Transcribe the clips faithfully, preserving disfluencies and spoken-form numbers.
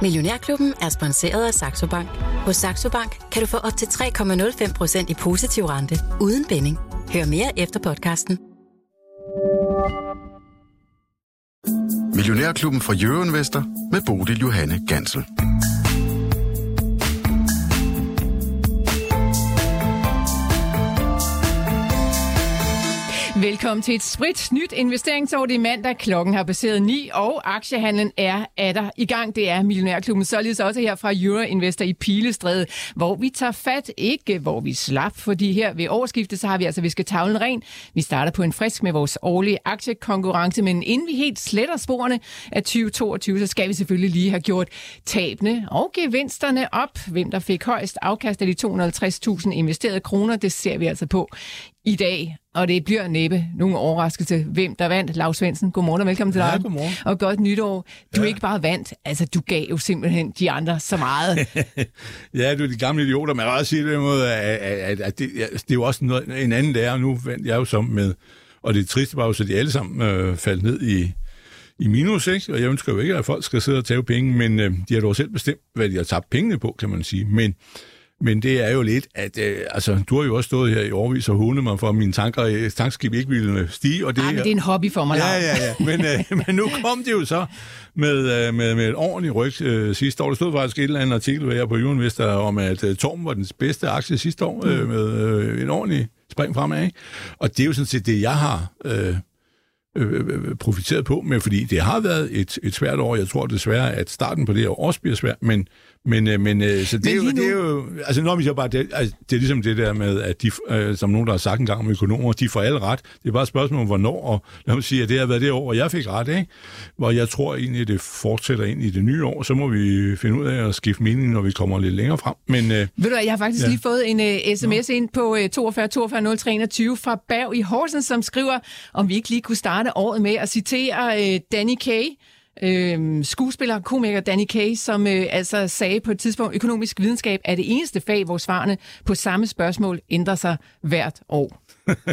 Millionærklubben er sponsoreret af Saxo Bank. Hos Saxo Bank kan du få op til tre komma nul fem procent i positiv rente uden binding. Hør mere efter podcasten. Millionærklubben fra Euroinvestor med Bodil Johanne Gansel. Velkommen til et sprit nyt investeringsår. Det er mandag, klokken har passeret ni, og aktiehandlen er atter i gang. Det er Millionærklubben, således også her fra Euroinvestor i Pilestræde, hvor vi tager fat, ikke hvor vi slap, fordi her ved årsskiftet, så har vi altså visket tavlen ren. Vi starter på en frisk med vores årlige aktiekonkurrence, men inden vi helt sletter sporene af tyve toogtyve, så skal vi selvfølgelig lige have gjort tabene og gevinsterne op. Hvem der fik højst afkast af de to hundrede og halvtreds tusind investerede kroner, det ser vi altså på i dag. Og det bliver næppe nogen overraskelse, hvem der vandt. Lars Svendsen, godmorgen og velkommen til dig. Ja, godmorgen. Og godt nytår. Du ja. ikke bare vandt, altså du gav jo simpelthen de andre så meget. Ja, du er de gamle idioter, men jeg vil også sige det måde, at, at, at det, det er jo også noget, en anden lærer. Nu vandt jeg jo som med, og det triste var jo, så de alle sammen øh, faldt ned i, i minus, ikke? Og jeg ønsker jo ikke, at folk skal sidde og tage penge, men øh, de har dog selv bestemt, hvad de har tabt pengene på, kan man sige. Men Men det er jo lidt, at øh, altså, du har jo også stået her i årevis og hundet mig for, at mine tanker, tankskib ikke ville stige. Og det, Ej, men det er en hobby for mig, Ja, ja, ja. Men, øh, men nu kom det jo så med, med, med et ordentligt ryg øh, sidste år. Der stod faktisk et eller andet artikel her på Euroinvestor om, at øh, Torben var den bedste aktie sidste år, øh, med øh, en ordentlig spring fremad. Ikke? Og det er jo sådan set det, jeg har øh, øh, profiteret på med, fordi det har været et, et svært år. Jeg tror desværre, at starten på det her også bliver svært, men Men, men så det, men er jo, det er jo, altså når vi så bare, det, altså, det er ligesom det der med, at de, øh, som nogen der har sagt en gang om økonomer, de får alle ret. Det er bare et spørgsmål om, hvornår, og lad mig sige, at det har været det år, hvor jeg fik ret, ikke? Hvor jeg tror egentlig, det fortsætter ind i det nye år, så må vi finde ud af at skifte mening, når vi kommer lidt længere frem. Men, øh, Ved du hvad, jeg har faktisk ja. lige fået en uh, sms ind på uh, toogfyrre toogfyrre nul tre enogtyve fra Berg i Horsens, som skriver, om vi ikke lige kunne starte året med at citere uh, Danny Kaye, Øh, skuespiller, komiker Danny Kaye, som øh, altså sagde på et tidspunkt, økonomisk videnskab er det eneste fag, hvor svarene på samme spørgsmål ændrer sig hvert år.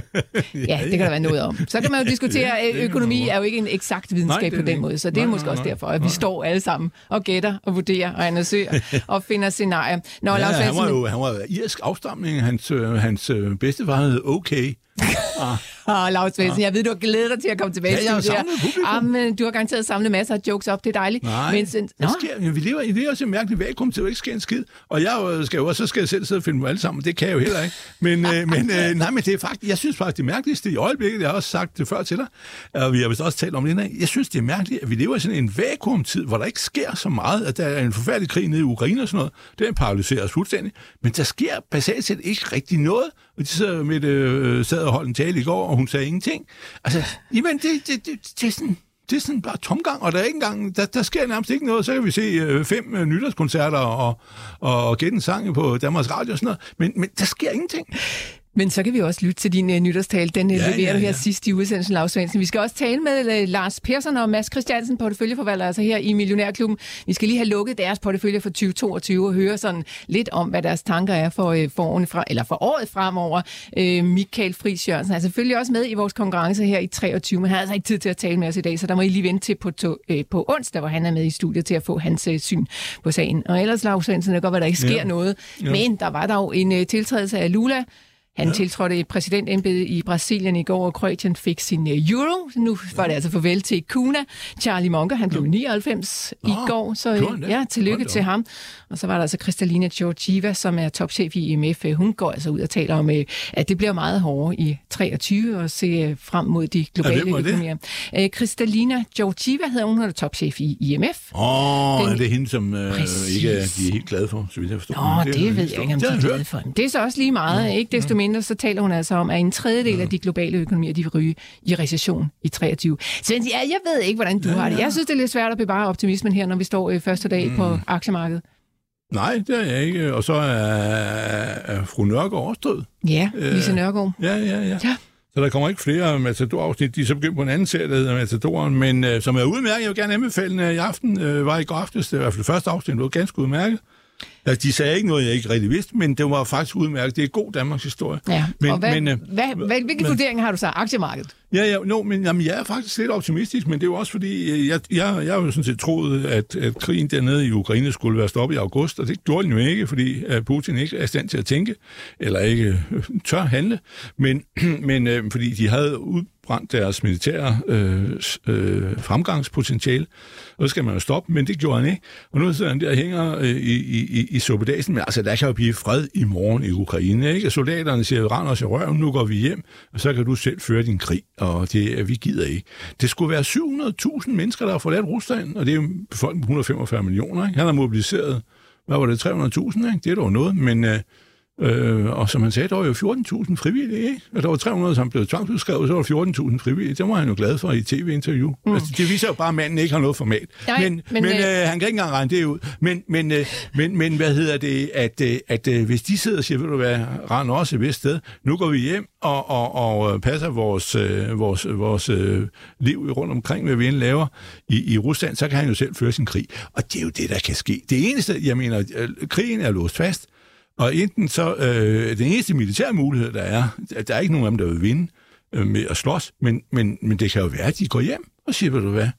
Ja, det kan der være noget om. Så kan man jo diskutere, at økonomi er jo ikke en eksakt videnskab nej, på den ikke. måde, så det er nej, måske nej, også derfor, at vi nej. står alle sammen og gætter og vurderer og analyserer og finder scenarier. Nå, ja, Lars han var jo han var irsk afstamning, hans, øh, hans øh, bedstefar hed okay. Ah. Ah, Lars Svendsen, jeg ved, du har glædet dig til at komme tilbage ja, til det ah, men du har garanteret samlet masser af jokes op, det er dejligt. Nej, men, sen... det sker, vi lever i det også et mærkeligt vakuum til, at det ikke sker en skid. Og jeg skal jo også, så skal jeg selv sidde og finde dem alle sammen, det kan jeg jo heller ikke. Men, øh, men, øh, nej, men det er faktisk, jeg synes faktisk, det er mærkeligste i øjeblikket, jeg har også sagt det før til dig, og vi har vist også talt om det, jeg synes, det er mærkeligt, at vi lever i sådan en vakuumtid, hvor der ikke sker så meget, at der er en forfærdelig krig nede i Ukraine og sådan noget, det paralyserer os fuldstændig, men der sker basalt set ikke rigtig noget, og de sidder med øh, sad og holdt en tale i går, og hun sagde ingenting. Altså, jamen, det, det, det, det er sådan... Det er sådan bare tomgang, og der er ikke engang, der, der sker nærmest ikke noget. Så kan vi se øh, fem øh, nytårskoncerter og, og, og gætte en sang på Danmarks Radio og sådan noget. Men, men der sker ingenting. Men så kan vi også lytte til din uh, nytårstale. Den uh, ja, leverer ja, du her ja. sidst i udsendelsen, Lars Svendsen. Vi skal også tale med uh, Lars Persson og Mads Christiansen, porteføljeforvalter, altså her i Millionærklubben. Vi skal lige have lukket deres portefølje for tyve toogtyve og høre sådan lidt om, hvad deres tanker er for, uh, for, årene fra, eller for året fremover. Uh, Michael Friis Jørgensen er selvfølgelig også med i vores konkurrence her i treogtyve, men han har altså ikke tid til at tale med os i dag, så der må I lige vente til på, to, uh, på onsdag, hvor han er med i studiet til at få hans uh, syn på sagen. Og ellers, Lars Svendsen, det kan godt være, der ikke sker ja. noget, ja. men der var dog en uh, tiltrædelse af Lula. Han ja. tiltrådte præsidentembedet i Brasilien i går, og Kroatien fik sin euro. Nu var det altså farvel til Kuna. Charlie Munger, han blev nioghalvfems oh, i går, så ja, tillykke til ham. Og så var der altså Kristalina Georgieva, som er topchef i I M F. Hun går altså ud og taler om, at det bliver meget hårdere i treogtyve og se frem mod de globale økonomier. Kristalina Georgieva hedder hun, hun er topchef i I M F. Åh, oh, er det hende, som øh, ikke er, de er helt glade for, så vidt jeg forstår. Nå, det, det ved jeg ikke, om de er glade for. Det er så også lige meget, ikke desto mindre. Så taler hun altså om, at en tredjedel ja. af de globale økonomier, de vil ryge i recession i treogtyve. Så ja, jeg ved ikke, hvordan du ja, har det. Jeg synes, det er lidt svært at bevare optimismen her, når vi står øh, første dag mm. på aktiemarkedet. Nej, det er jeg ikke. Og så er, er fru Nørgaard også død. Ja, Lise Nørgaard. Ja, ja, ja. ja. Så der kommer ikke flere Matador-afsnit. De er så begyndt på en anden serie, der hedder Matadoren, men øh, som er udmærket. Jeg vil gerne anbefale den i aften. Øh, var i går aftes, det er i hvert fald første afsnit, det var ganske udmærket. Altså, de sagde ikke noget, jeg ikke rigtig vidste, men det var faktisk udmærket. Det er god Danmarks historie. Ja, men, og hvad, men, hvad, hvad, hvilke men, vurderinger har du så? Aktiemarkedet? Ja, ja, no, men jamen, jeg er faktisk lidt optimistisk, men det er jo også fordi, jeg, jeg, jeg har jo sådan set troet, at, at krigen dernede i Ukraine skulle være stoppet i august, og det gjorde den jo ikke, fordi Putin ikke er i stand til at tænke, eller ikke tør handle, men, men øh, fordi de havde udbrændt deres militære øh, øh, fremgangspotentiale, og det skal man jo stoppe, men det gjorde han ikke. Og nu sidder han der og hænger øh, i, i, i suppedasen, men altså, der kan jo blive fred i morgen i Ukraine, ikke? Og soldaterne siger, rend os i røven, nu går vi hjem, og så kan du selv føre din krig, og det, vi gider ikke. Det skulle være syv hundrede tusind mennesker, der har forladt Rusland, og det er jo befolkningen på et hundrede og femogfyrre millioner, ikke? Han har mobiliseret, hvad var det, tre hundrede tusind, ikke? Det er dog noget, men... Øh, Øh, og som han sagde, der var jo fjorten tusind frivillige, ikke? Og der var tre hundrede, som blev tvangsudskrevet, så var der fjorten tusind frivillige. Det var han jo glad for i tv-interview. Mm. Altså, det viser jo bare, at manden ikke har noget format. Nej, men men, men øh, han kan ikke engang regne det ud. Men, men, øh, men, men hvad hedder det, at, at, at, at hvis de sidder og siger, ved du hvad, rend også et vist sted, nu går vi hjem og, og, og passer vores, øh, vores, vores øh, liv rundt omkring, hvad vi end laver i, i Rusland, så kan han jo selv føre sin krig. Og det er jo det, der kan ske. Det eneste, jeg mener, krigen er låst fast. Og enten så, øh, den eneste militære mulighed, der er, der er ikke nogen af dem, der vil vinde øh, med at slås, men, men, men det kan jo være, at de går hjem og siger, ved du hvad,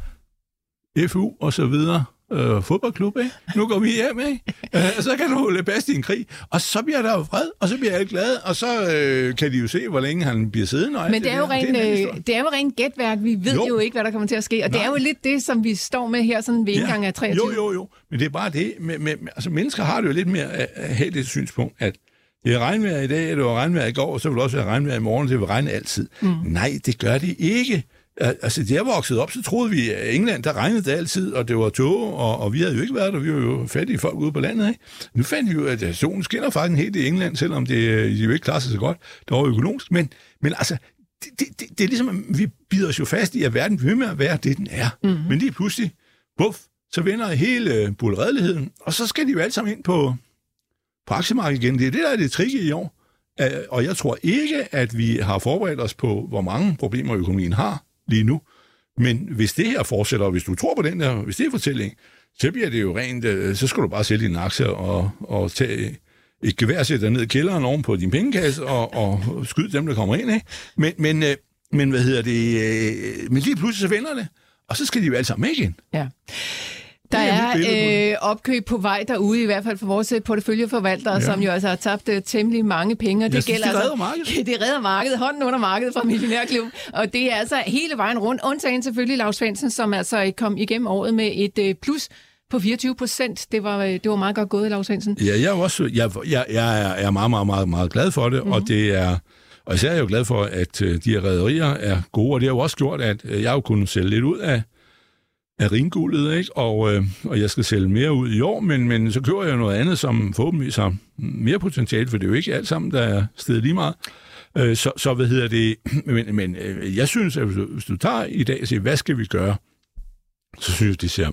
F U og så videre, øh, fodboldklub, ikke? Nu går vi hjem, ikke? Øh, så kan du holde fast i en krig, og så bliver der jo fred, og så bliver alle glade, og så øh, kan de jo se, hvor længe han bliver siddende. Men det er, jo ren, det, er det er jo rent gætværk, vi ved jo. jo ikke, hvad der kommer til at ske, og Nej. det er jo lidt det, som vi står med her, sådan ved ja. indgang af treogtyve. Jo, jo, jo, men det er bare det, med, med, altså mennesker har det jo lidt mere at have det synspunkt, at det er regnvejr i dag, det var regnvejr i går, og så vil det også være regnvejr i morgen, det vil regne altid. Mm. Nej, det gør det ikke. Altså, da jeg voksede op, så troede vi, at i England, der regnede det altid, og det var tåge, og, og vi havde jo ikke været der, vi var jo fattige folk ude på landet, ikke? Nu fandt vi jo, at solen skinner faktisk helt i England, selvom det, de jo ikke klarer sig så godt, der var økonomisk, men, men altså, det, det, det, det er ligesom, at vi bider os jo fast i, at verden vil med at være det, den er. Mm-hmm. Men lige pludselig, buff, så vender hele bulleredeligheden, og så skal de jo alle sammen ind på, på aktiemarkedet igen. Det er det, der er det tricky i år. Og jeg tror ikke, at vi har forberedt os på, hvor mange problemer økonomien har lige nu. Men hvis det her fortsætter, og hvis du tror på den der, hvis det er fortælling, så bliver det jo rent, så skal du bare sælge dine aktier og, og tage et gevær, sætte dig ned i kælderen oven på din pengekasse og, og skyde dem, der kommer ind, ikke? Men, men, men hvad hedder det? Men lige pludselig så vender det, og så skal de jo alle sammen igen. Ja. Der er øh, opkøb på vej derude, i hvert fald for vores porteføljeforvaltere, ja. som jo altså har tabt uh, temmelig mange penge. Og det, synes, gælder det redder altså, markedet. Det redder markedet, hånden under markedet fra Millionærklubben. Og det er altså hele vejen rundt, undtagen selvfølgelig Lars Svendsen, som altså kom igennem året med et uh, plus på fireogtyve procent. Det var, det var meget godt gået, Lars Svendsen. Ja, jeg er også jeg, jeg, jeg er meget, meget, meget, meget glad for det, mm-hmm. og det er... Og især er jeg jo glad for, at uh, de her rederier er gode, og det har jo også gjort, at uh, jeg jo kunne sælge lidt ud af af ringuldet, ikke? Og, øh, og jeg skal sælge mere ud i år, men, men så køber jeg noget andet, som forhåbentlig har mere potentiale, for det er jo ikke alt sammen, der er stedet lige meget. Øh, så, så hvad hedder det? Men, men øh, jeg synes, at hvis du, hvis du tager i dag og siger, hvad skal vi gøre? Så synes jeg, det ser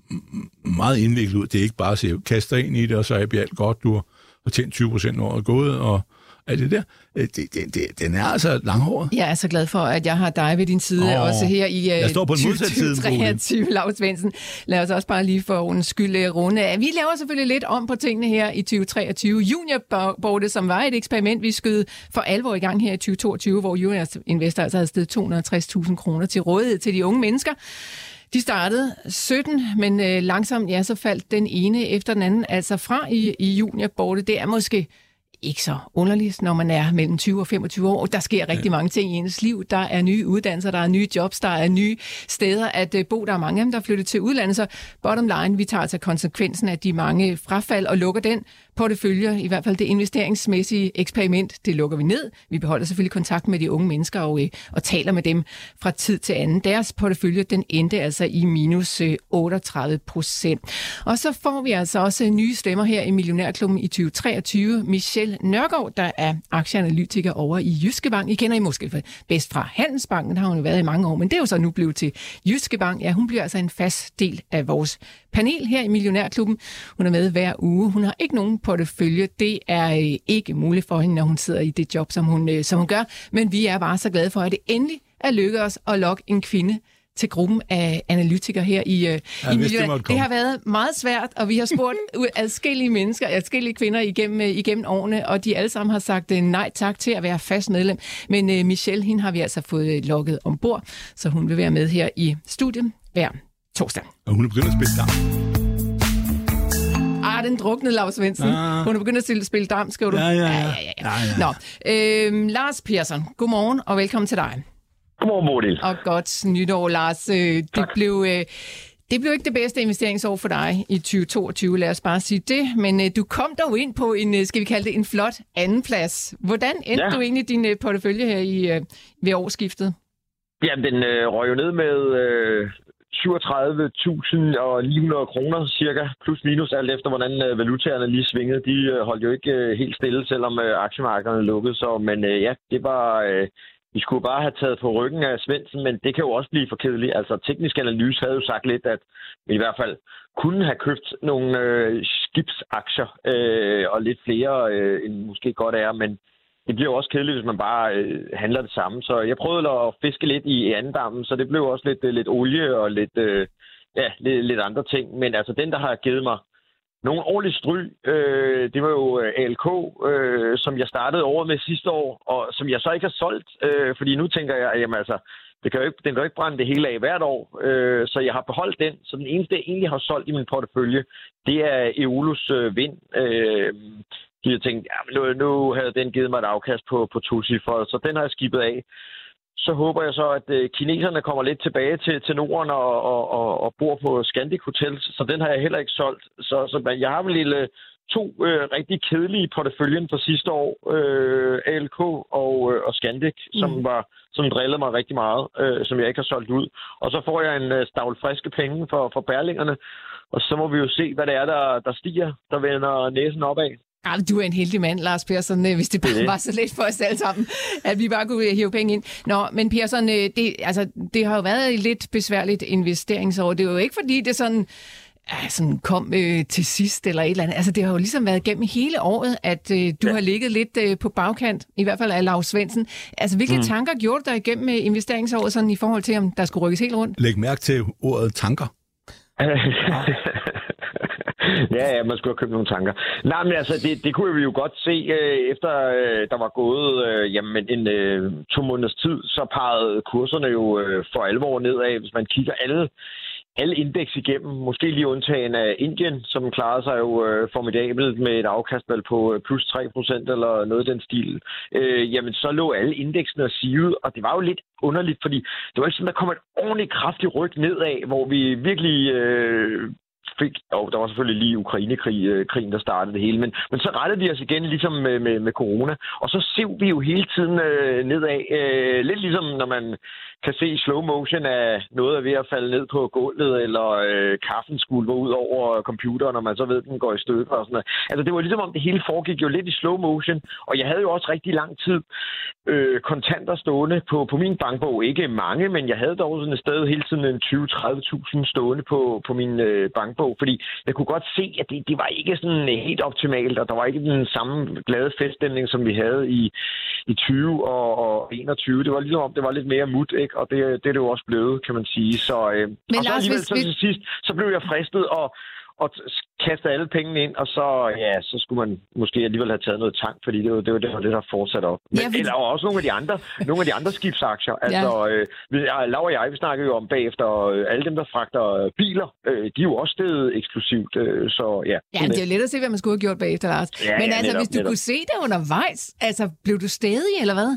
meget indviklet ud. Det er ikke bare at sige, kast dig ind i det, og så er det alt godt, du har tjent tyve procent året gået, og alt det der. Det, det, det, den er altså langhåret. Jeg er så glad for, at jeg har dig ved din side, oh, også her i tyve treogtyve, Lars Svendsen. Lad os også bare lige for ordens skyld runde. Vi laver selvfølgelig lidt om på tingene her i tyve treogtyve. Juniorbordet, som var et eksperiment, vi skød for alvor i gang her i tyve toogtyve, hvor Junior Investor altså havde stedet to hundrede og tres tusind kroner til rådighed til de unge mennesker. De startede sytten, men øh, langsomt, ja, så faldt den ene efter den anden altså fra i, i juniorbordet. Det er måske ikke så underligt, når man er mellem tyve og femogtyve år. Der sker rigtig mange ting i ens liv. Der er nye uddannelser, der er nye jobs, der er nye steder at bo. Der er mange af dem, der er flyttet til udlandet. Så bottom line, vi tager altså konsekvensen af de mange frafald og lukker den portefølje, i hvert fald det investeringsmæssige eksperiment, det lukker vi ned. Vi beholder selvfølgelig kontakt med de unge mennesker og, og taler med dem fra tid til anden. Deres portefølje, den endte altså i minus otteogtredive procent. Og så får vi altså også nye stemmer her i Millionærklubben i tyve treogtyve. Michelle Nørgaard, der er aktieanalytiker over i Jyske Bank. I kender I måske bedst fra Handelsbanken, der har hun jo været i mange år, men det er jo så nu blevet til Jyske Bank. Ja, hun bliver altså en fast del af vores panel her i Millionærklubben. Hun er med hver uge. Hun har ikke nogen portefølje. Det er ikke muligt for hende, når hun sidder i det job, som hun, som hun gør. Men vi er bare så glade for, at det endelig er lykkedes at lokke en kvinde til gruppen af analytikere her i, ja, i Miljø. Det, det har været meget svært, og vi har spurgt adskillige mennesker, adskillige kvinder igennem, igennem årene, og de alle sammen har sagt nej tak til at være fast medlem. Men uh, Michelle, hende har vi altså fået lukket ombord, så hun vil være med her i studiet hver torsdag. Og hun er begyndt at spille dam. Ah, den druknede Lars Svendsen. Ah. Hun er begyndt at spille dam, skal du? Ja, ja, ja. ja, ja, ja. ja, ja. Nå, øhm, Lars Persson, godmorgen og velkommen til dig. Godmorgen, Bodil. Og godt nytår, Lars. Det blev, øh, det blev ikke det bedste investeringsår for dig i tyve toogtyve, lad os bare sige det. Men øh, du kom dog ind på en, skal vi kalde det, en flot andenplads. Hvordan endte ja. du egentlig din øh, portefølje her i, øh, ved årsskiftet? Jamen, den øh, røg jo ned med øh, syvogtredive tusind ni hundrede kroner cirka, plus minus, alt efter hvordan øh, valutaerne lige svingede. De øh, holdt jo ikke øh, helt stille, selvom øh, aktiemarkederne lukkede. Så, men øh, ja, det var... Øh, Vi skulle bare have taget på ryggen af Svendsen, men det kan jo også blive for kedeligt. Altså, teknisk analyse havde jo sagt lidt, at vi i hvert fald kunne have købt nogle øh, skibsaktier øh, og lidt flere, øh, end måske godt er, men det bliver jo også kedeligt, hvis man bare øh, handler det samme. Så jeg prøvede at fiske lidt i andendammen, så det blev også lidt, øh, lidt olie og lidt, øh, ja, lidt, lidt andre ting. Men altså, den, der har givet mig nogle ordentlige stryg, øh, det var jo A L K, øh, som jeg startede året med sidste år, og som jeg så ikke har solgt, øh, fordi nu tænker jeg, at jamen, altså, det kan jo ikke, den kan jo ikke brænde det hele af hvert år, øh, så jeg har beholdt den. Så den eneste, jeg egentlig har solgt i min portefølje, det er Eolus øh, Vind. Øh, de har tænkt, ja, nu, nu havde den givet mig et afkast på, på tocifret, så den har jeg skibet af. Så håber jeg så, at øh, kineserne kommer lidt tilbage til, til Norden og, og, og, og bor på Scandic Hotels, så den har jeg heller ikke solgt. Så, så jeg har vel lille to øh, rigtig kedelige porteføljen fra sidste år, øh, A L K og, øh, og Scandic, mm. som var som drillede mig rigtig meget, øh, som jeg ikke har solgt ud. Og så får jeg en øh, stavl friske penge for, for Berlingerne, og så må vi jo se, hvad det er, der, der stiger, der vender næsen opad. Ja, du er en heldig mand, Lars Persson, hvis det bare var så let for os alle sammen, at vi bare kunne hive penge ind. Nå, men Persson, det, altså, det har jo været et lidt besværligt investeringsår. Det er jo ikke, fordi det sådan, ja, sådan kom øh, til sidst eller et eller andet. Altså, det har jo ligesom været gennem hele året, at øh, du ja. har ligget lidt øh, på bagkant, i hvert fald af Lars Svendsen. Altså, hvilke mm. tanker gjorde du dig igennem investeringsåret, sådan i forhold til, om der skulle rykkes helt rundt? Læg mærke til ordet tanker. Ja, ja, man skulle have købt nogle tanker. Nej, men altså, det, det kunne vi jo godt se, øh, efter øh, der var gået øh, jamen, en øh, to måneders tid, så pegede kurserne jo øh, for alvor nedad, hvis man kigger alle, alle indeks igennem. Måske lige undtagen af Indien, som klarede sig jo øh, formidabelt med et afkastvalg på plus tre procent eller noget af den stil. Øh, jamen, så lå alle indeksene og sivede, og det var jo lidt underligt, fordi det var ikke sådan, der kom et ordentligt kraftigt ryg nedad, hvor vi virkelig... Øh, Fik, og der var selvfølgelig lige Ukraine-krigen, der startede det hele, men, men så rettede vi os igen ligesom med, med, med corona, og så sev vi jo hele tiden øh, nedad. Øh, lidt ligesom når man kan se i slow motion, at noget er ved at falde ned på gulvet, eller øh, kaffen skulper ud over computeren, og man så ved, at den går i stykker og sådan noget. Altså det var ligesom om det hele foregik jo lidt i slow motion, og jeg havde jo også rigtig lang tid øh, kontanter stående på, på min bankbog. Ikke mange, men jeg havde dog sådan et sted hele tiden en tyve til tredive tusind stående på, på min øh, bankbog, fordi jeg kunne godt se, at det, det var ikke sådan helt optimalt, og der var ikke den samme glade feststemning, som vi havde i, i tyve og, og enogtyve. Det var ligesom om, det var lidt mere mut, ikke? Og det, det er det jo også blevet, kan man sige. Så, øh, Men og så Lars, alligevel, hvis, så til sidst, så blev jeg fristet og og kaste alle pengene ind, og så, ja, så skulle man måske alligevel have taget noget tank, fordi det var det, var det, var det der fortsat op. Men, ja, for... Eller også nogle af de andre, nogle af de andre skibsaktier. Altså, ja. øh, Lav og jeg, vi snakkede jo om bagefter, øh, alle dem, der fragter biler, øh, de er jo også stedet eksplosivt, øh, så ja. Ja, men det er jo let at se, hvad man skulle have gjort bagefter, Lars. Ja, men ja, altså, netop, hvis du netop. kunne se det undervejs, altså, blev du stædig, eller hvad?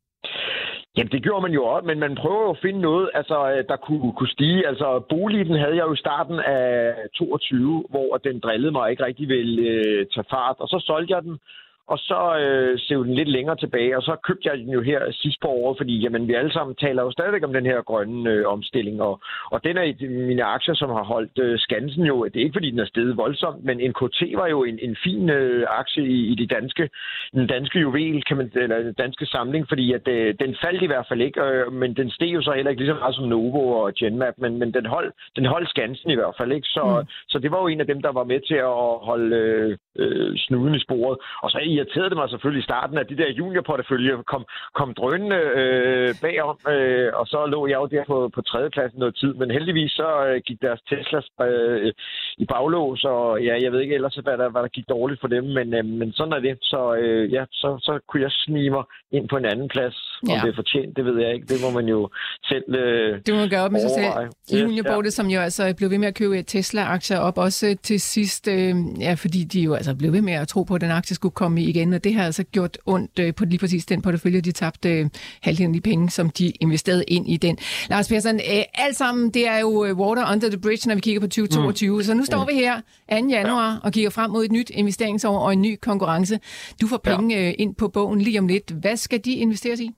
Jamen, det gjorde man jo også, men man prøver jo at finde noget, altså, der kunne, kunne stige. Altså, boligen havde jeg jo i starten af toogtyve, hvor den drillede mig ikke rigtig ville øh, tage fart, og så solgte jeg den, og så øh, sev den lidt længere tilbage, og så købte jeg den jo her sidst på året, fordi jamen, vi alle sammen taler jo stadigvæk om den her grønne øh, omstilling, og, og den er mine aktier, som har holdt øh, Skansen jo, det er ikke fordi den er steget voldsomt, men N K T var jo en, en fin øh, aktie i, i de danske, den danske juvel, kan man, eller den danske samling, fordi at, øh, den faldt i hvert fald ikke, øh, men den steg jo så heller ikke lige så meget som Novo og Genmap, men, men den holdt den hold Skansen i hvert fald ikke, så, mm. så det var jo en af dem, der var med til at holde øh, øh, snuden i sporet, og så i irriterede det mig selvfølgelig i starten, at de der juniorporteføljer kom, kom drønende øh, bagom, øh, og så lå jeg jo der på, på tredjepladsen noget tid. Men heldigvis så øh, gik deres Teslas øh, i baglås, og ja, jeg ved ikke ellers, hvad der, hvad der gik dårligt for dem, men, øh, men sådan er det. Så øh, ja, så, så kunne jeg snige mig ind på en anden plads. Om ja. det er fortjent, det ved jeg ikke. Det må man jo selv øh, Det må man gøre op med sig selv. Juniorbordet, yes, ja. som jo altså blev ved med at købe Tesla-aktier op, også til sidst, øh, ja, fordi de jo altså blev ved med at tro på, at den aktie skulle komme igen, og det har altså gjort ondt øh, på lige præcis den portefølje, de tabte øh, halvdelen af de penge, som de investerede ind i den. Lars Persson, øh, alt sammen, det er jo water under the bridge, når vi kigger på tyve toogtyve, mm. så nu står mm. vi her anden januar ja. og kigger frem mod et nyt investeringsår og en ny konkurrence. Du får penge ja. øh, ind på bogen lige om lidt. Hvad skal de investeres i?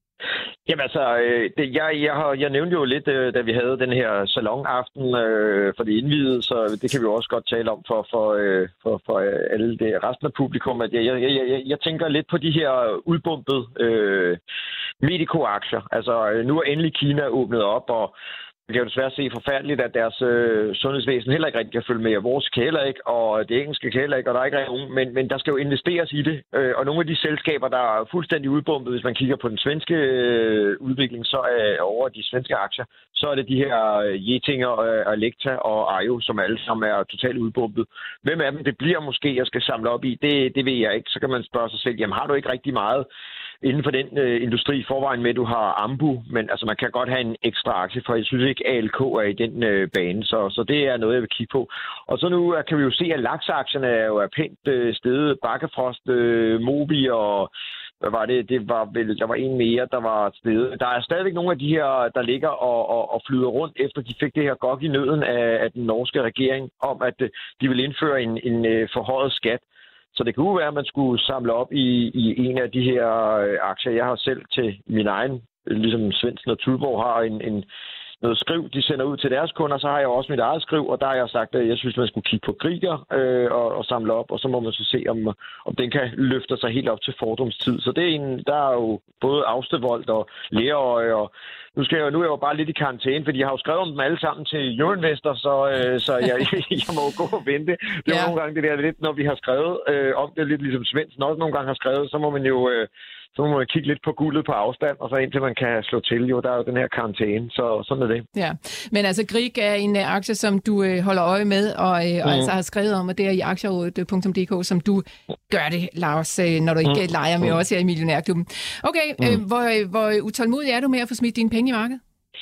Jamen altså, det, jeg, jeg, har, jeg nævnte jo lidt, da vi havde den her salonaften øh, for det indvidede, så det kan vi jo også godt tale om for, for, øh, for, for alle det resten af publikum. At jeg, jeg, jeg, jeg tænker lidt på de her udbumpede øh, Medico-aktier. Altså, nu er endelig Kina åbnet op, og det kan jo desværre se forfærdeligt, at deres øh, sundhedsvæsen heller ikke rigtig kan følge med. Vores kan heller ikke, og det engelske kan heller ikke, og der er ikke nogen. Men, men der skal jo investeres i det. Øh, og nogle af de selskaber, der er fuldstændig udbumpet, hvis man kigger på den svenske øh, udvikling, så er over de svenske aktier, så er det de her øh, Getinge, øh, Elekta og Ajo, som alle sammen er totalt udbumpet. Hvem af dem det bliver måske, jeg skal samle op i, det, det ved jeg ikke. Så kan man spørge sig selv, jamen har du ikke rigtig meget inden for den øh, industri i forvejen med, at du har Ambu, men altså man kan godt have en ekstra aktie, for jeg synes ikke, A L K er i den øh, bane, så, så det er noget, jeg vil kigge på. Og så nu kan vi jo se, at laksaktierne er jo er pænt øh, steget, Bakkefrost, øh, Mobi og hvad var det? Det var vel, der var en mere, der var stedet. Der er stadigvæk nogle af de her, der ligger og, og, og flyder rundt, efter de fik det her gok i nøden af, af den norske regering, om at øh, de vil indføre en, en øh, forhøjet skat. Så det kunne være, at man skulle samle op i, i en af de her øh, aktier. Jeg har selv til min egen, ligesom Svendsen og Tuborg har en, en, noget skriv, de sender ud til deres kunder. Så har jeg også mit eget skriv, og der har jeg sagt, at jeg synes, man skulle kigge på Griger øh, og, og samle op. Og så må man så se, om, om den kan løfte sig helt op til fordumstid. Så det er en, der er jo både Afstevold og Lerøje og Nu, skal jeg, nu er jeg jo bare lidt i karantæne, fordi jeg har jo skrevet om dem alle sammen til Euroinvestor, så, øh, så jeg, jeg må jo gå og vente. Det er ja. nogle gange det der lidt, når vi har skrevet øh, om det, lidt ligesom Svendsen også nogle gange har skrevet, så må man jo øh, så må man kigge lidt på guldet på afstand, og så indtil man kan slå til. Jo, der er jo den her karantæne, så sådan er det. Ja, men altså Grieg er en uh, aktie, som du uh, holder øje med, og, uh, mm. og altså har skrevet om, at det er i aktierådet punktum d k, som du gør det, Lars, uh, når du ikke mm. leger med mm. os her i Millionærklubben. Okay, mm. uh, hvor, hvor utålmodig er du med at få smidt dine penge i markedet?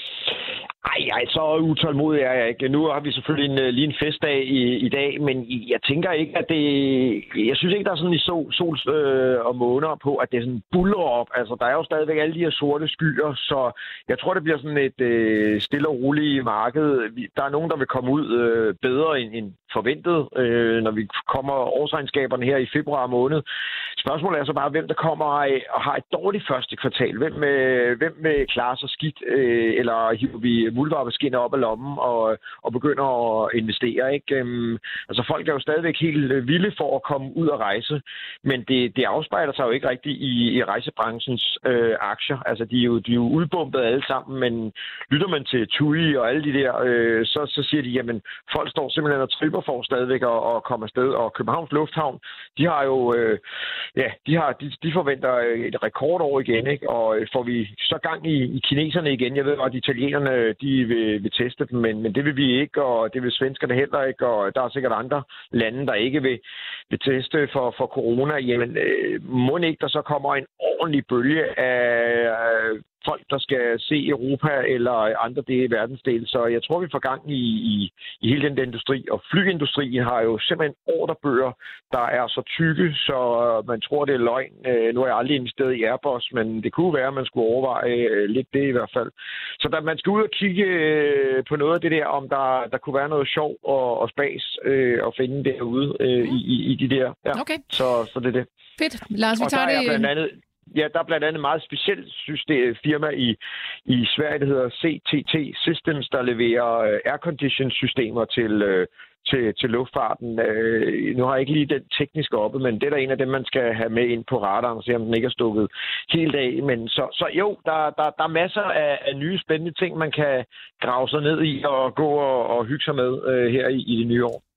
Ej, ej, så utålmodig er jeg ikke. Nu har vi selvfølgelig en, lige en festdag i, i dag, men jeg tænker ikke, at det... Jeg synes ikke, der er sådan i sol, sol øh, og måneder på, at det er sådan buldrer op. Altså, der er jo stadigvæk alle de her sorte skyer, så jeg tror, det bliver sådan et øh, stille og roligt marked. Der er nogen, der vil komme ud øh, bedre end, end forventet, øh, når vi kommer årsregnskaberne her i februar måned. Spørgsmålet er så bare, hvem der kommer og har et dårligt første kvartal. Hvem, øh, hvem vil klare sig skidt, øh, eller hiver vi muldvarpeskinner op af lommen og, og begynder at investere, ikke? Øhm, altså folk er jo stadigvæk helt vilde for at komme ud og rejse, men det, det afspejler sig jo ikke rigtigt i, i rejsebranchens øh, aktier. Altså de er, jo, de er jo udbumpet alle sammen, men lytter man til TUI og alle de der, øh, så, så siger de, jamen folk står simpelthen og tripper for stadigvæk at, at komme afsted, og Københavns Lufthavn, de har jo, øh, ja, de, har, de, de forventer et rekordår igen, ikke? Og får vi så gang i, i kineserne igen, jeg ved godt, at italienerne de vil, vil teste dem, men, men det vil vi ikke, og det vil svenskerne heller ikke, og der er sikkert andre lande, der ikke vil, vil teste for, for corona. Jamen, øh, må ikke der så kommer en ordentlig bølge af øh, folk, der skal se Europa eller andre dele af verdensdelen. Så jeg tror, vi får gang i, i, i hele den industri. Og flyindustrien har jo simpelthen ordrebøger, der er så tykke, så man tror, det er løgn. Nu har jeg aldrig investeret i Airbus, men det kunne være, at man skulle overveje lidt det i hvert fald. Så der, man skal ud og kigge på noget af det der, om der, der kunne være noget sjov og, og spas og finde derude i, i, i de der. Ja. Okay. Så, så det er det. Fedt. Lars, vi tager det... blandt andet Ja, der er blandt andet et meget specielt system, firma i, i Sverige, der hedder C T T Systems, der leverer uh, aircondition-systemer til, uh, til, til luftfarten. Uh, nu har jeg ikke lige den tekniske oppe, men det er der en af dem, man skal have med ind på radaren og se, om den ikke er stukket helt af. Men så, så jo, der, der, der er masser af, af nye spændende ting, man kan grave sig ned i og gå og, og hygge sig med uh, her i, i det nye år.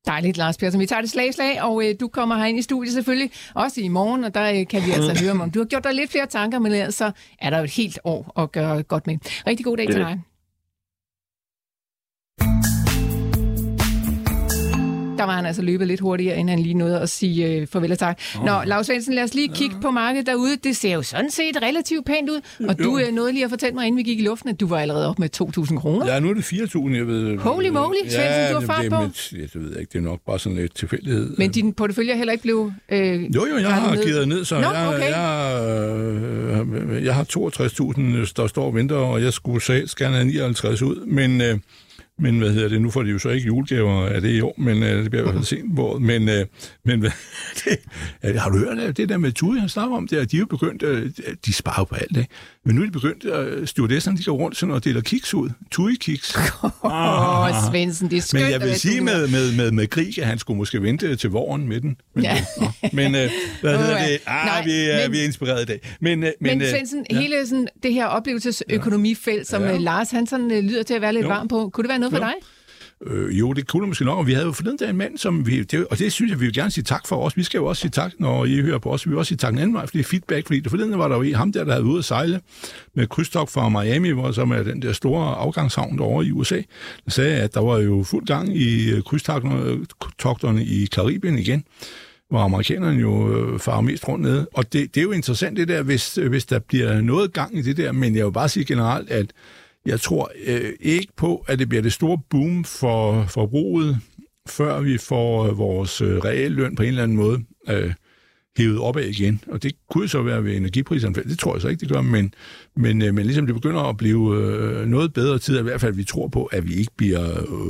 Dejligt, Lars Persson. Vi tager det slag slag, og øh, du kommer herind i studiet selvfølgelig også i morgen, og der øh, kan vi altså høre om. Du har gjort dig lidt flere tanker, men ellers så er der jo et helt år at gøre godt med. Rigtig god dag til dig. Der var han altså løbet lidt hurtigere, end han lige nåede at sige øh, farvel og tak. Oh. Nå, Lars Svendsen, lad os lige kigge på markedet derude. Det ser jo sådan set relativt pænt ud. Og du øh, nåede lige at fortælle mig, inden vi gik i luften, at du var allerede op med to tusind kroner. Ja, nu er det fire tusind, jeg ved. Holy moly, Svendsen, ja, du har fart på. Det, jeg ved ikke, det er nok bare sådan lidt tilfældighed. Men din portefølje er heller ikke blevet øh, Jo, jo, jeg har ned. givet ned, så Nå, jeg, okay. jeg, jeg, jeg har toogtres tusind, der står og venter, og jeg skulle gerne have nioghalvtreds ud, men... Øh, Men hvad hedder det? Nu får de jo så ikke julegaver af det i år, men uh, det bliver i hvert fald sent på året. Men, uh, men det, ja, har du hørt det der med Tui, han snakker om det, at de er jo begyndt, uh, de sparer på alt det, men nu er de begyndt, uh, stewardesserne, de går rundt sådan og deler kiks ud. Tui-kiks. Åh, oh, Svendsen, det er skønt. Men jeg vil sige med, med, med, med Grieg, at han skulle måske vente til våren med den. Men, ja. uh, men uh, hvad hedder det? Ah, Nej, vi, er, men, vi er inspireret i dag. Men, uh, men, men Svendsen, ja. hele sådan, det her oplevelsesøkonomifelt, som ja. Lars han sådan, uh, lyder til at være lidt jo. varm på, kunne det være noget for dig? Øh, jo, det kunne det måske nok, og vi havde jo forleden dag en mand, som vi, det, og det synes jeg, vi vil gerne sige tak for os. Vi skal jo også sige tak, når I hører på os. Vi vil også sige tak den anden vej, fordi feedback, fordi det forleden var der jo i ham der, der havde ude at sejle med krydstogt fra Miami, hvor som er den der store afgangshavn derovre i U S A, der sagde, at der var jo fuld gang i krydstogterne i Karibien igen, hvor amerikanerne jo farer mest rundt nede. Og det, det er jo interessant det der, hvis, hvis der bliver noget gang i det der, men jeg vil bare sige generelt, at jeg tror øh, ikke på, at det bliver det store boom for forbruget, før vi får øh, vores øh, realløn på en eller anden måde øh, hævet opad igen. Og det kunne så være ved energipriserne. Det tror jeg så ikke, det gør, men, men, øh, men ligesom det begynder at blive øh, noget bedre tid, i hvert fald vi tror på, at vi ikke bliver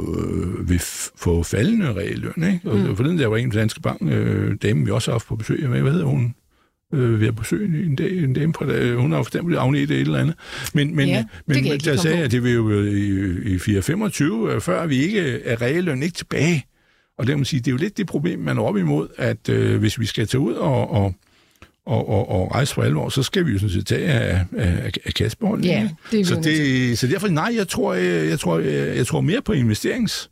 øh, ved få faldende realløn. Ikke? Og mm. for den der var en danske bank, øh, dame vi også har haft på besøg med, hvad hedder hun? Øh, ved at besøge en dag, en dame fra der, hun har jo for eksempel Agnete et eller andet. Men, men, ja, men der sagde, at det vil jo i, i fire femogtyve, før vi ikke er realløn ikke tilbage. Og det må man sige, det er jo lidt det problem, man er op imod, at øh, hvis vi skal tage ud og, og, og, og, og rejse for alvor, så skal vi jo sådan set tage af, af, af kassebeholdningen. Ja, det er så, det, så derfor, nej, jeg tror, jeg, jeg, tror, jeg, jeg tror mere på investerings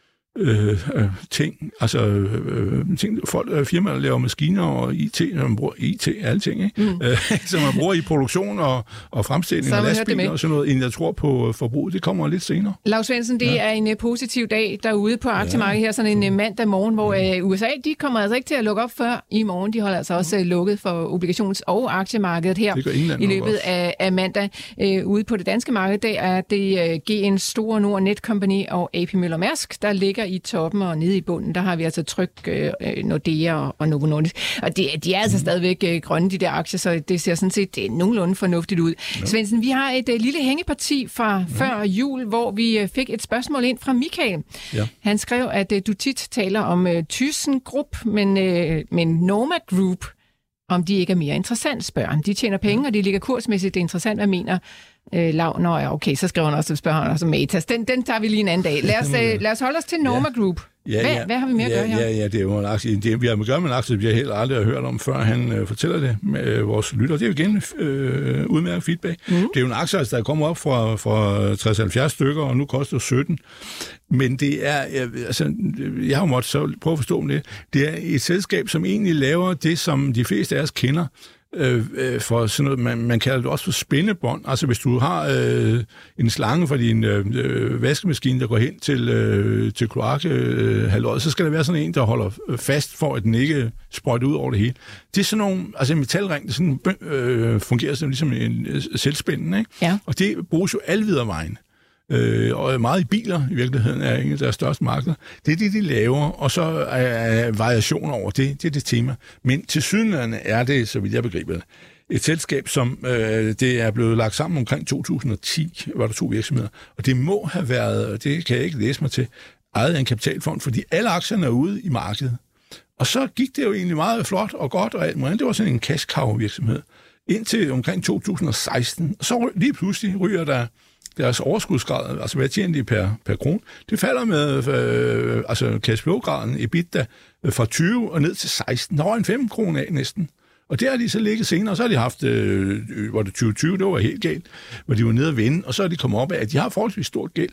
Øh, øh, ting, altså øh, ting, folk, øh, firmaer, der laver maskiner og I T, man bruger I T, alle ting, ikke? Mm. Øh, som man bruger i produktion og, og fremstilling af lastbiler og sådan noget, end jeg tror på forbrug. Det kommer lidt senere. Lars Svendsen, det ja. er en uh, positiv dag derude på aktiemarkedet her, sådan en uh, mandag morgen, hvor uh, U S A, de kommer altså ikke til at lukke op før i morgen. De holder altså også uh, lukket for obligations- og aktiemarkedet her i løbet af, af mandag. Uh, ude på det danske marked, der er det uh, G N Store Nord Netcompany og A P Møller Mærsk, der ligger i toppen, og nede i bunden, der har vi altså Tryg, øh, Nordea og, og Novo Nordisk. Og de, de er altså mm. stadigvæk øh, grønne, de der aktier, så det ser sådan set det er nogenlunde fornuftigt ud. Ja. Svendsen, vi har et øh, lille hængeparti fra ja. før jul, hvor vi øh, fik et spørgsmål ind fra Michael. Ja. Han skrev, at øh, du tit taler om øh, ThyssenKrupp, men, øh, men Norma Group, om de ikke er mere interessant, spørger han. De tjener penge, ja. og de ligger kursmæssigt. Det er interessant, hvad mener Øh, Lav, nå ja, okay, så skriver han også, spørger han også om Matas. Den, den tager vi lige en anden dag. Lad os, øh, lad os holde os til Norma ja. Group. Hvad, ja, hvad har vi mere ja, at gøre her? Ja, ja, det er jo en aktie. Det, vi har med at gøre med en aktie, vi har helt aldrig hørt om, før han øh, fortæller det med øh, vores lytter. Det er jo igen øh, udmærket feedback. Mm. Det er jo en aktie, der er kommet op fra, fra tres til halvfjerds stykker, og nu koster sytten. Men det er, øh, altså, jeg har jo måttet så prøve at forstå det. Det er et selskab, som egentlig laver det, som de fleste af os kender, Øh, øh, for sådan noget, man, man kalder det også for spændebånd. Altså hvis du har øh, en slange fra din øh, vaskemaskine, der går hen til, øh, til kloakhalvøjet, øh, så skal der være sådan en, der holder fast, for at den ikke sprøjter ud over det hele. Det er sådan nogle, altså en metalring, der sådan, øh, fungerer som ligesom en øh, selvspændende, ikke? Ja. Og det bruges jo alvidere vejen. Øh, og meget i biler i virkeligheden er en af deres største markeder. Det er det, de laver, og så er variationer over det. Det er det tema. Men tilsyneladende er det, så vidt jeg begriber det, et selskab, som øh, det er blevet lagt sammen omkring to tusind og ti, var der to virksomheder. Og det må have været, det kan jeg ikke læse mig til, ejet af en kapitalfond, fordi alle aktierne er ude i markedet. Og så gik det jo egentlig meget flot og godt, og alt muligt. Det var sådan en cash cow virksomhed. Indtil omkring to tusind og seksten. Og så lige pludselig ryger der deres overskudsgrad, altså hvad tjener de per, per kron, det falder med øh, altså cashflow-graden EBITDA fra tyve og ned til seksten. Der var en fem kroner af næsten. Og der har de så ligget senere, og så har de haft, øh, hvor det tyve tyve, det var helt galt, hvor de var nede at vinde, og så er de kommet op af, at de har forholdsvis stort gæld.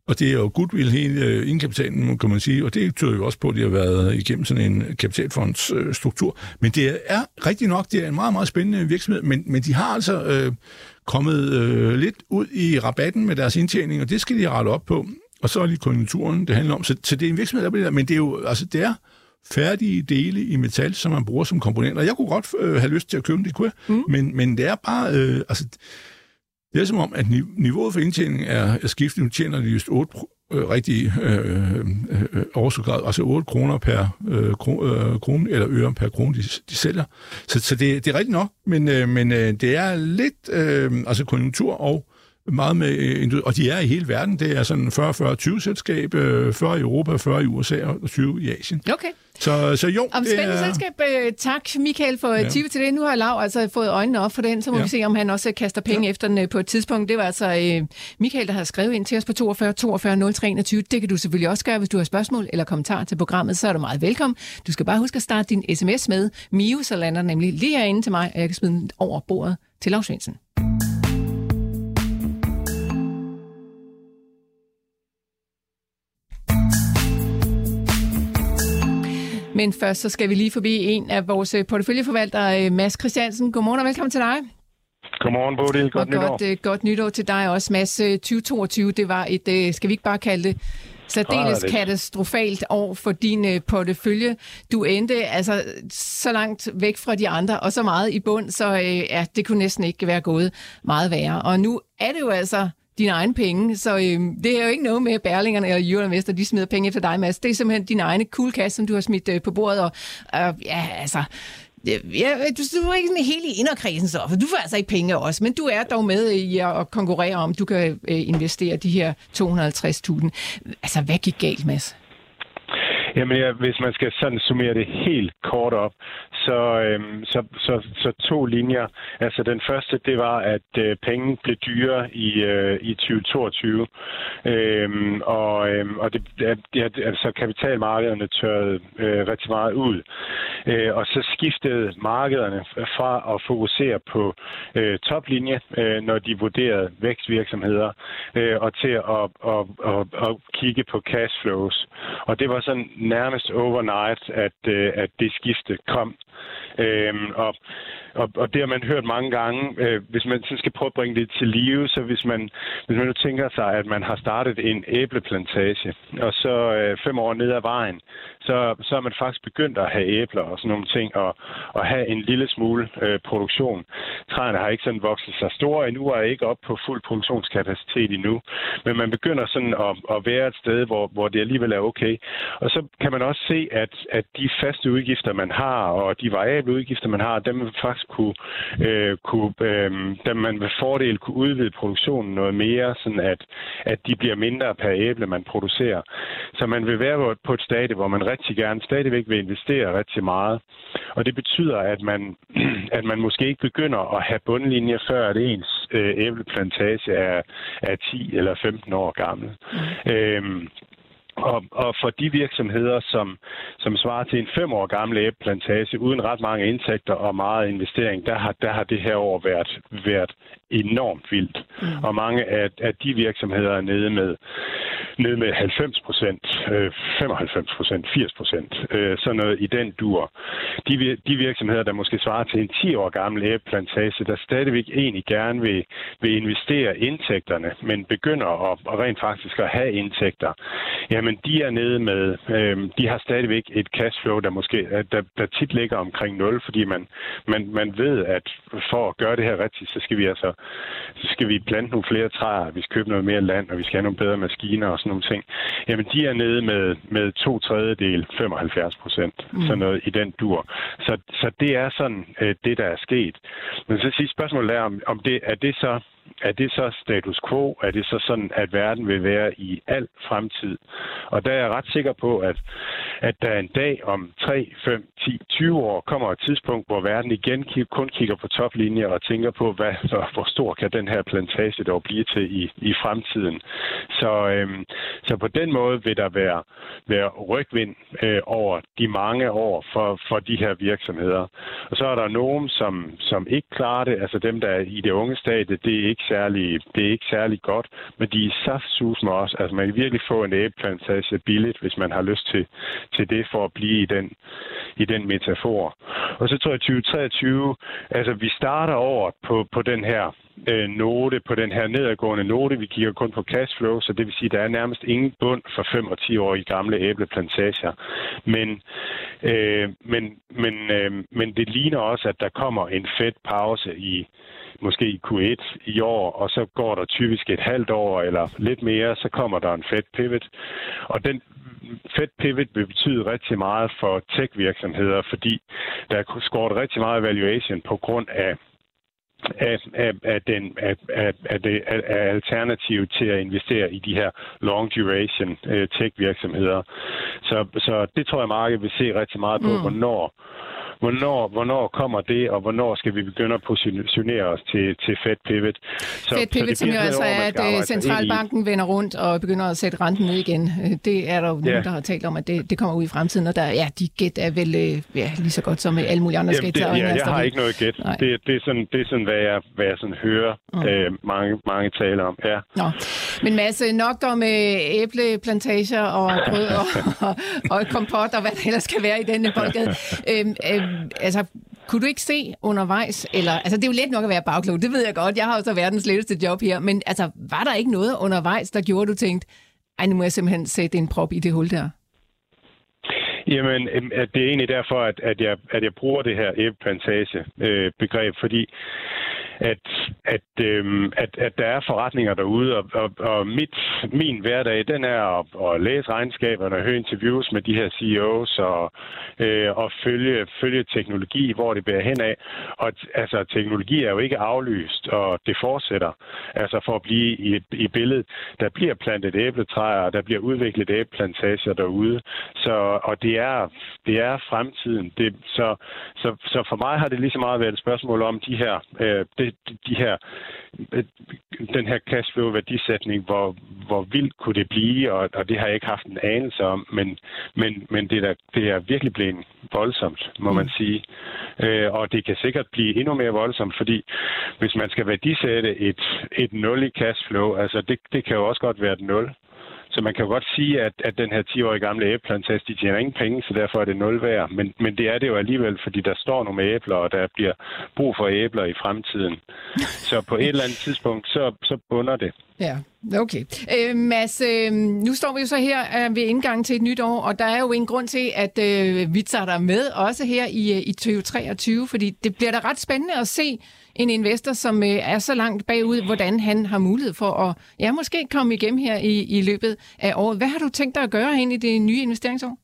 Og det er jo goodwill hele indkapitalen, kan man sige, og det tyder jo også på, at det har været igennem sådan en kapitalfondsstruktur. Men det er rigtig nok, det er en meget, meget spændende virksomhed, men, men de har altså øh, kommet øh, lidt ud i rabatten med deres indtjening, og det skal de rette op på. Og så er det konjunkturen, det handler om. Så, så det er en virksomhed, der bliver der, men det er jo, altså det er færdige dele i metal, som man bruger som komponenter. Jeg kunne godt øh, have lyst til at købe det, kunne jeg, mm. men, men det er bare, øh, altså det er som om, at niveauet for indtjening er, er skiftet. Nu tjener de just otte øh, rigtige øh, øh, overskudsgrad, altså otte kroner per øh, krone, øh, krone, eller øre per krone, de, de sælger. Så, så det, det er rigtigt nok, men, øh, men øh, det er lidt øh, altså konjunktur og meget med, og de er i hele verden. Det er sådan fyrre fyrre tyve selskab, fyrre i Europa, fyrre i U S A og tyve i Asien. Okay. Så, så jo, om spændende er... selskab. Tak, Michael, for ja. tip til det. Nu har Lav altså fået øjnene op for den, så må ja. vi se, om han også kaster penge ja. efter den på et tidspunkt. Det var altså uh, Michael, der har skrevet ind til os på toogfyrre toogfyrre nul tre enogtyve. Det kan du selvfølgelig også gøre, hvis du har spørgsmål eller kommentarer til programmet, så er du meget velkommen. Du skal bare huske at starte din sms med Mio, så lander nemlig lige herinde til mig, og jeg kan smide den over bordet til Lav Svendsen. Men først så skal vi lige forbi en af vores porteføljeforvaltere, Mads Christiansen. Godmorgen og velkommen til dig. Godmorgen, Bodil. Godt nytår. Godt, uh, godt nytår til dig også, Mads. tyve toogtyve, det var et, uh, skal vi ikke bare kalde det, særdeles katastrofalt år for din uh, portefølje. Du endte altså så langt væk fra de andre, og så meget i bund, så uh, ja, det kunne næsten ikke være gået meget værre. Og nu er det jo altså dine egne penge, så øhm, det er jo ikke noget med Berlingerne eller Euroinvestor, de smider penge efter dig, Mads. Det er simpelthen din egne cool kasse, som du har smidt øh, på bordet, og øh, ja, altså, ja, du, du er ikke sådan helt i inderkredsen så, for du får altså ikke penge også, men du er dog med i at konkurrere om, du kan øh, investere de her to hundrede og halvtreds tusind. Altså, hvad gik galt, Mads? Jamen, ja, hvis man skal sådan summere det helt kort op, så, øhm, så, så, så to linjer. Altså, den første, det var, at øh, penge blev dyre i, øh, i tyve toogtyve, øhm, og, øhm, og det, ja, altså, kapitalmarkederne tørrede øh, rigtig meget ud. Øh, og så skiftede markederne fra at fokusere på øh, toplinje, øh, når de vurderede vækstvirksomheder, øh, og til at, at, at, at kigge på cashflows. Og det var sådan nærmest overnight, at, øh, at det skifte kom. Øhm, og, og, og det har man hørt mange gange. Øh, hvis man sådan skal prøve at bringe det til live, så hvis man, hvis man nu tænker sig, at man har startet en æbleplantage, og så øh, fem år ned ad vejen, så, så er man faktisk begyndt at have æbler og sådan nogle ting, og, og have en lille smule øh, produktion. Træerne har ikke sådan vokset sig store endnu, og er ikke op på fuld produktionskapacitet endnu, men man begynder sådan at, at være et sted, hvor, hvor det alligevel er okay. Og så kan man også se, at, at de faste udgifter, man har, og de variable udgifter, man har, dem vil faktisk kunne, øh, kunne øh, dem man med fordel kunne udvide produktionen noget mere, sådan at, at de bliver mindre per æble, man producerer. Så man vil være på et stadie, hvor man rigtig gerne stadigvæk vil investere rigtig meget. Og det betyder, at man, at man måske ikke begynder at have bundlinjer, før at ens øh, æbleplantage er, er ti eller femten år gammel. Mm. Øhm, Og, og for de virksomheder, som, som svarer til en fem år gammel æbleplantage, uden ret mange indtægter og meget investering, der har, der har det her år været, været enormt vildt. Mm. Og mange af, af de virksomheder er nede med, nede med halvfems procent, femoghalvfems procent, firs procent, øh, sådan noget i den dur. De, de virksomheder, der måske svarer til en ti år gammel æbleplantage, der stadigvæk egentlig gerne vil, vil investere indtægterne, men begynder at, at rent faktisk at have indtægter, jamen de er nede med, øh, de har stadigvæk et cashflow, der måske der, der tit ligger omkring nul, fordi man, man, man ved, at for at gøre det her rigtigt, så skal vi altså så skal vi plante nogle flere træer, vi skal købe noget mere land, og vi skal have nogle bedre maskiner og sådan nogle ting. Jamen de er nede med, med to tredjedel, femoghalvfjerds procent, mm. sådan noget i den dur. Så, så det er sådan øh, det, der er sket. Men så siger spørgsmålet er, om, om det, er det så Er det så status quo? Er det så sådan, at verden vil være i al fremtid? Og der er jeg ret sikker på, at, at der en dag om tre, fem, ti, tyve år kommer et tidspunkt, hvor verden igen kun kigger på toplinjer og tænker på, hvad, hvor stor kan den her plantage dog blive til i, i fremtiden. Så, øhm, så på den måde vil der være, være rygvind øh, over de mange år for, for de her virksomheder. Og så er der nogen, som, som ikke klarer det. Altså dem, der er i det unge stadie, det er ikke særlig, det er ikke særlig godt, men de er saftsusme også. Altså man kan virkelig få en æbleplantage billigt, hvis man har lyst til, til det for at blive i den, i den metafor. Og så tror jeg tyve treogtyve, altså vi starter over på, på den her øh, note, på den her nedadgående note. Vi kigger kun på cashflow, så det vil sige, at der er nærmest ingen bund for fem og ti år i gamle æbleplantager. Men, øh, men, men, øh, men det ligner også, at der kommer en fedt pause i måske i Q et i år, og så går der typisk et halvt år eller lidt mere, så kommer der en Fed pivot. Og den Fed pivot vil betyde rigtig meget for tech-virksomheder, fordi der er skåret rigtig meget valuation på grund af Af, af, af, den, af, af, af det af alternativ til at investere i de her long duration uh, tech-virksomheder. Så, så det tror jeg, markedet vil se rigtig meget på, mm. hvornår Hvornår, hvornår kommer det, og hvornår skal vi begynde at positionere os til, til Fed Pivot? Så, Fed Pivot, som jo altså er, at centralbanken vender rundt og begynder at sætte renten ned igen. Det er der jo ja. nogen, der har talt om, at det, det kommer ud i fremtiden, og der, ja, de gæt er vel ja, lige så godt som alle mulige andre skæt. Ja, jeg har ikke noget gæt. Det, det er sådan, det er sådan hvad jeg, hvad jeg sådan hører mm. øh, mange, mange taler om. Ja. Nå. Men Mads, nok der med æbleplantager og brød og, og, og kompot og hvad der ellers skal være i denne boldgade. Øhm, øhm, altså, kunne du ikke se undervejs, eller, altså det er jo let nok at være bagklog, det ved jeg godt, jeg har jo så verdens letteste job her, men altså, var der ikke noget undervejs, der gjorde, du tænkte, ej, nu må jeg simpelthen sætte en prop i det hul der? Jamen, det er egentlig derfor, at, at, jeg, at jeg bruger det her æbleplantage-begreb, fordi at, at, øhm, at, at der er forretninger derude, og, og, og mit, min hverdag, den er at, at læse regnskaberne og høre interviews med de her C E O's og, øh, og følge, følge teknologi, hvor det bærer hen af. Og altså, teknologi er jo ikke aflyst, og det fortsætter. Altså for at blive i, i billedet, der bliver plantet æbletræer, der bliver udviklet æbleplantager derude. Så, og det er, det er fremtiden. Det, så, så, så for mig har det lige så meget været et spørgsmål om de her, øh, det, de her, den her cashflow-værdisætning, hvor, hvor vildt kunne det blive, og, og det har jeg ikke haft en anelse om, men, men, men det, der, det er virkelig blevet voldsomt, må man sige. Øh, og det kan sikkert blive endnu mere voldsomt, fordi hvis man skal værdisætte et, et nul i cashflow, altså det, det kan jo også godt være et nul. Så man kan jo godt sige, at, at den her ti-årige gamle æbleplantage, de tjener ingen penge, så derfor er det nul værd. Men, men det er det jo alligevel, fordi der står nogle æbler, og der bliver brug for æbler i fremtiden. Så på et eller andet tidspunkt, så, så bunder det. Ja, okay. Øh, Mads, øh, nu står vi jo så her øh, ved indgangen til et nyt år, og der er jo en grund til, at øh, vi tager dig med også her i, i tyve treogtyve, fordi det bliver da ret spændende at se en investor, som øh, er så langt bagud, hvordan han har mulighed for at ja, måske komme igennem her i, i løbet af året. Hvad har du tænkt dig at gøre hen i det nye investeringsår?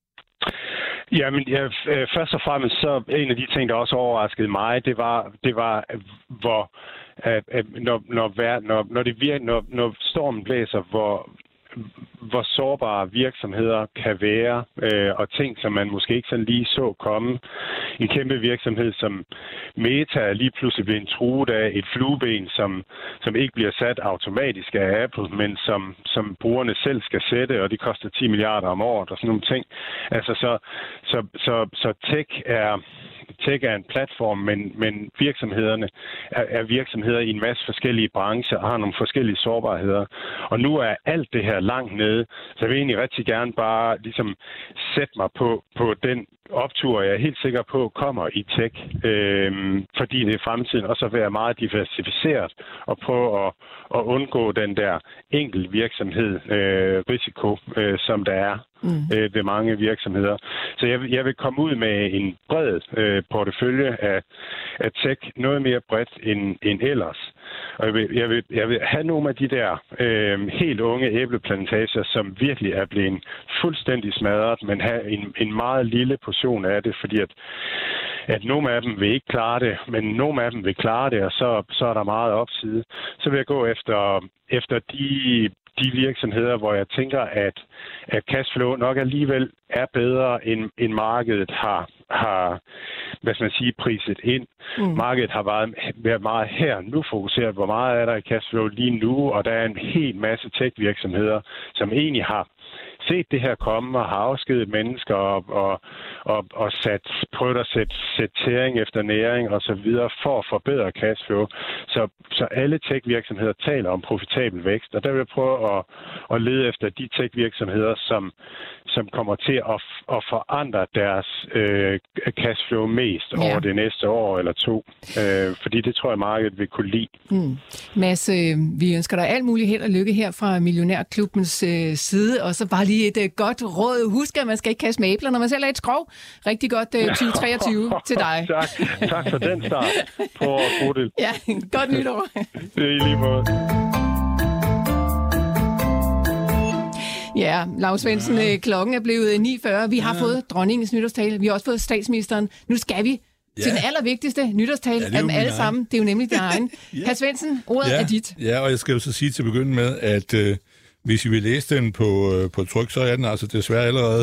Jamen, ja, først og fremmest så en af de ting, der også overraskede mig, det var, det var hvor at, at når, når, når, når, det vir, når, når stormen blæser, hvor hvor sårbare virksomheder kan være, øh, og ting, som man måske ikke sådan lige så komme. En kæmpe virksomhed som Meta er lige pludselig blevet truet af et flueben, som, som ikke bliver sat automatisk af Apple, men som, som brugerne selv skal sætte, og det koster ti milliarder om året og sådan nogle ting. Altså, så, så, så, så tech er... Tech er en platform, men, men virksomhederne er, er virksomheder i en masse forskellige brancher og har nogle forskellige sårbarheder. Og nu er alt det her langt nede, så jeg vil egentlig rigtig gerne bare ligesom sætte mig på, på den optur, jeg er helt sikker på, kommer i tech, øh, fordi det er fremtiden, og så være meget diversificeret og prøve at, at undgå den der enkel virksomhed øh, risiko, øh, som der er mm. øh, ved mange virksomheder. Så jeg, jeg vil komme ud med en bred øh, portefølje af, af tech, noget mere bredt end, end ellers. Og jeg vil, jeg, vil, jeg vil have nogle af de der øh, helt unge æbleplantager, som virkelig er blevet fuldstændig smadret, men have en, en meget lille portion af det, fordi at, at nogle af dem vil ikke klare det, men nogle af dem vil klare det, og så, så er der meget opside. Så vil jeg gå efter, efter de, de virksomheder, hvor jeg tænker, at, at cashflow nok alligevel er bedre, end, end markedet har, har, hvad skal man sige, priset ind. Mm. Markedet har været, været meget her nu fokuseret, hvor meget er der i cashflow lige nu, og der er en hel masse tech-virksomheder, som egentlig har set det her komme og har afskedet mennesker og, og, og, og sat, prøvet at sætte, sætte tæring efter næring og så videre for at forbedre cashflow. Så, så alle tech-virksomheder taler om profitabel vækst, og der vil jeg prøve at, at lede efter de tech-virksomheder, som, som kommer til at, at forandre deres øh, cashflow mest ja. over det næste år eller to. Øh, fordi det tror jeg, markedet vil kunne lide. Mm. Mads, øh, vi ønsker dig alt muligt held og lykke her fra Millionærklubbens øh, side, og så bare lige et øh, godt råd. Husk, at man skal ikke kaste med æbler, når man selv er et skrov. Rigtig godt øh, tyve treogtyve til dig. tak. tak for den start på Bodil. Ja, godt nytår. Det er i lige måde. Ja, Lars Svendsen, ja. klokken er blevet ni fyrre. Vi har ja. fået dronningens nytårstale. Vi har også fået statsministeren. Nu skal vi ja. til den allervigtigste nytårstale ja, af dem alle sammen. Det er jo nemlig din egen. ja. Hr. Svendsen, ordet ja. er dit. Ja, og jeg skal jo så sige til at begynde med, at øh, hvis I vil læse den på, øh, på tryk, så er den altså desværre allerede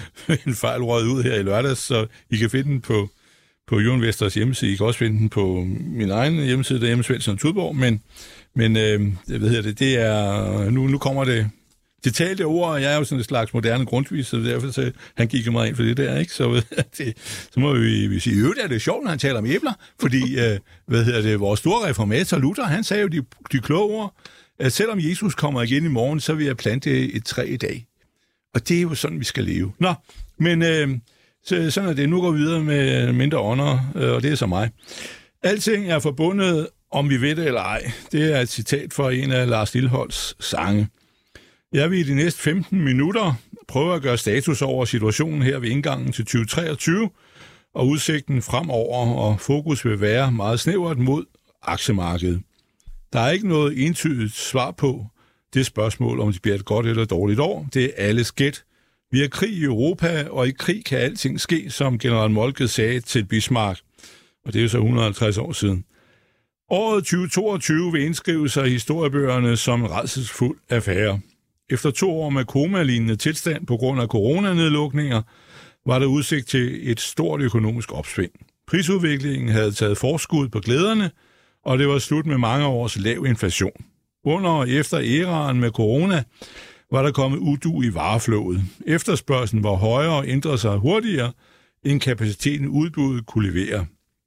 en fejl røget ud her i lørdags, så I kan finde den på, på Jørgen Vesters hjemmeside. I kan også finde den på min egen hjemmeside, derhjemme Svendsen og Tudborg, men, men øh, hvad hedder det, det er, nu, nu kommer det det talte ord, og jeg er jo sådan en slags moderne Grundtvig, så derfor så, han gik jo meget ind for det der, ikke? Så, det, så må vi, vi sige, øvrigt er det sjovt, når han taler om æbler, fordi, øh, hvad hedder det, vores store reformator Luther, han sagde jo de, de kloge ord, at selvom Jesus kommer igen i morgen, så vil jeg plante et træ i dag. Og det er jo sådan, vi skal leve. Nå, men øh, så, sådan er det. Nu går vi videre med mindre ånder, øh, og det er så mig. Alting er forbundet, om vi ved det eller ej. Det er et citat fra en af Lars Lilholts sange. Jeg vil i de næste femten minutter prøve at gøre status over situationen her ved indgangen til tyve treogtyve, og udsigten fremover, og fokus vil være meget snævert mod aktiemarkedet. Der er ikke noget entydigt svar på det spørgsmål, om det bliver et godt eller dårligt år. Det er alles gæt. Vi har krig i Europa, og i krig kan alting ske, som general Moltke sagde til Bismarck. Og det er jo så et hundrede og halvtreds år siden. Året tyve toogtyve vil indskrive sig i historiebøgerne som en rædselsfuld affære. Efter to år med koma-lignende tilstand på grund af coronanedlukninger, var der udsigt til et stort økonomisk opsving. Prisudviklingen havde taget forskud på glæderne, og det var slut med mange års lav inflation. Under og efter æraen med corona var der kommet udu i vareflådet. Efterspørgslen var højere og ændrede sig hurtigere, end kapaciteten udbuddet kunne levere.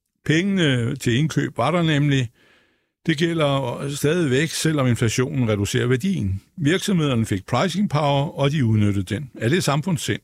Pengene til indkøb var der nemlig. Det gælder stadigvæk, selvom inflationen reducerer værdien. Virksomhederne fik pricing power, og de udnyttede den. Er det samfundssind?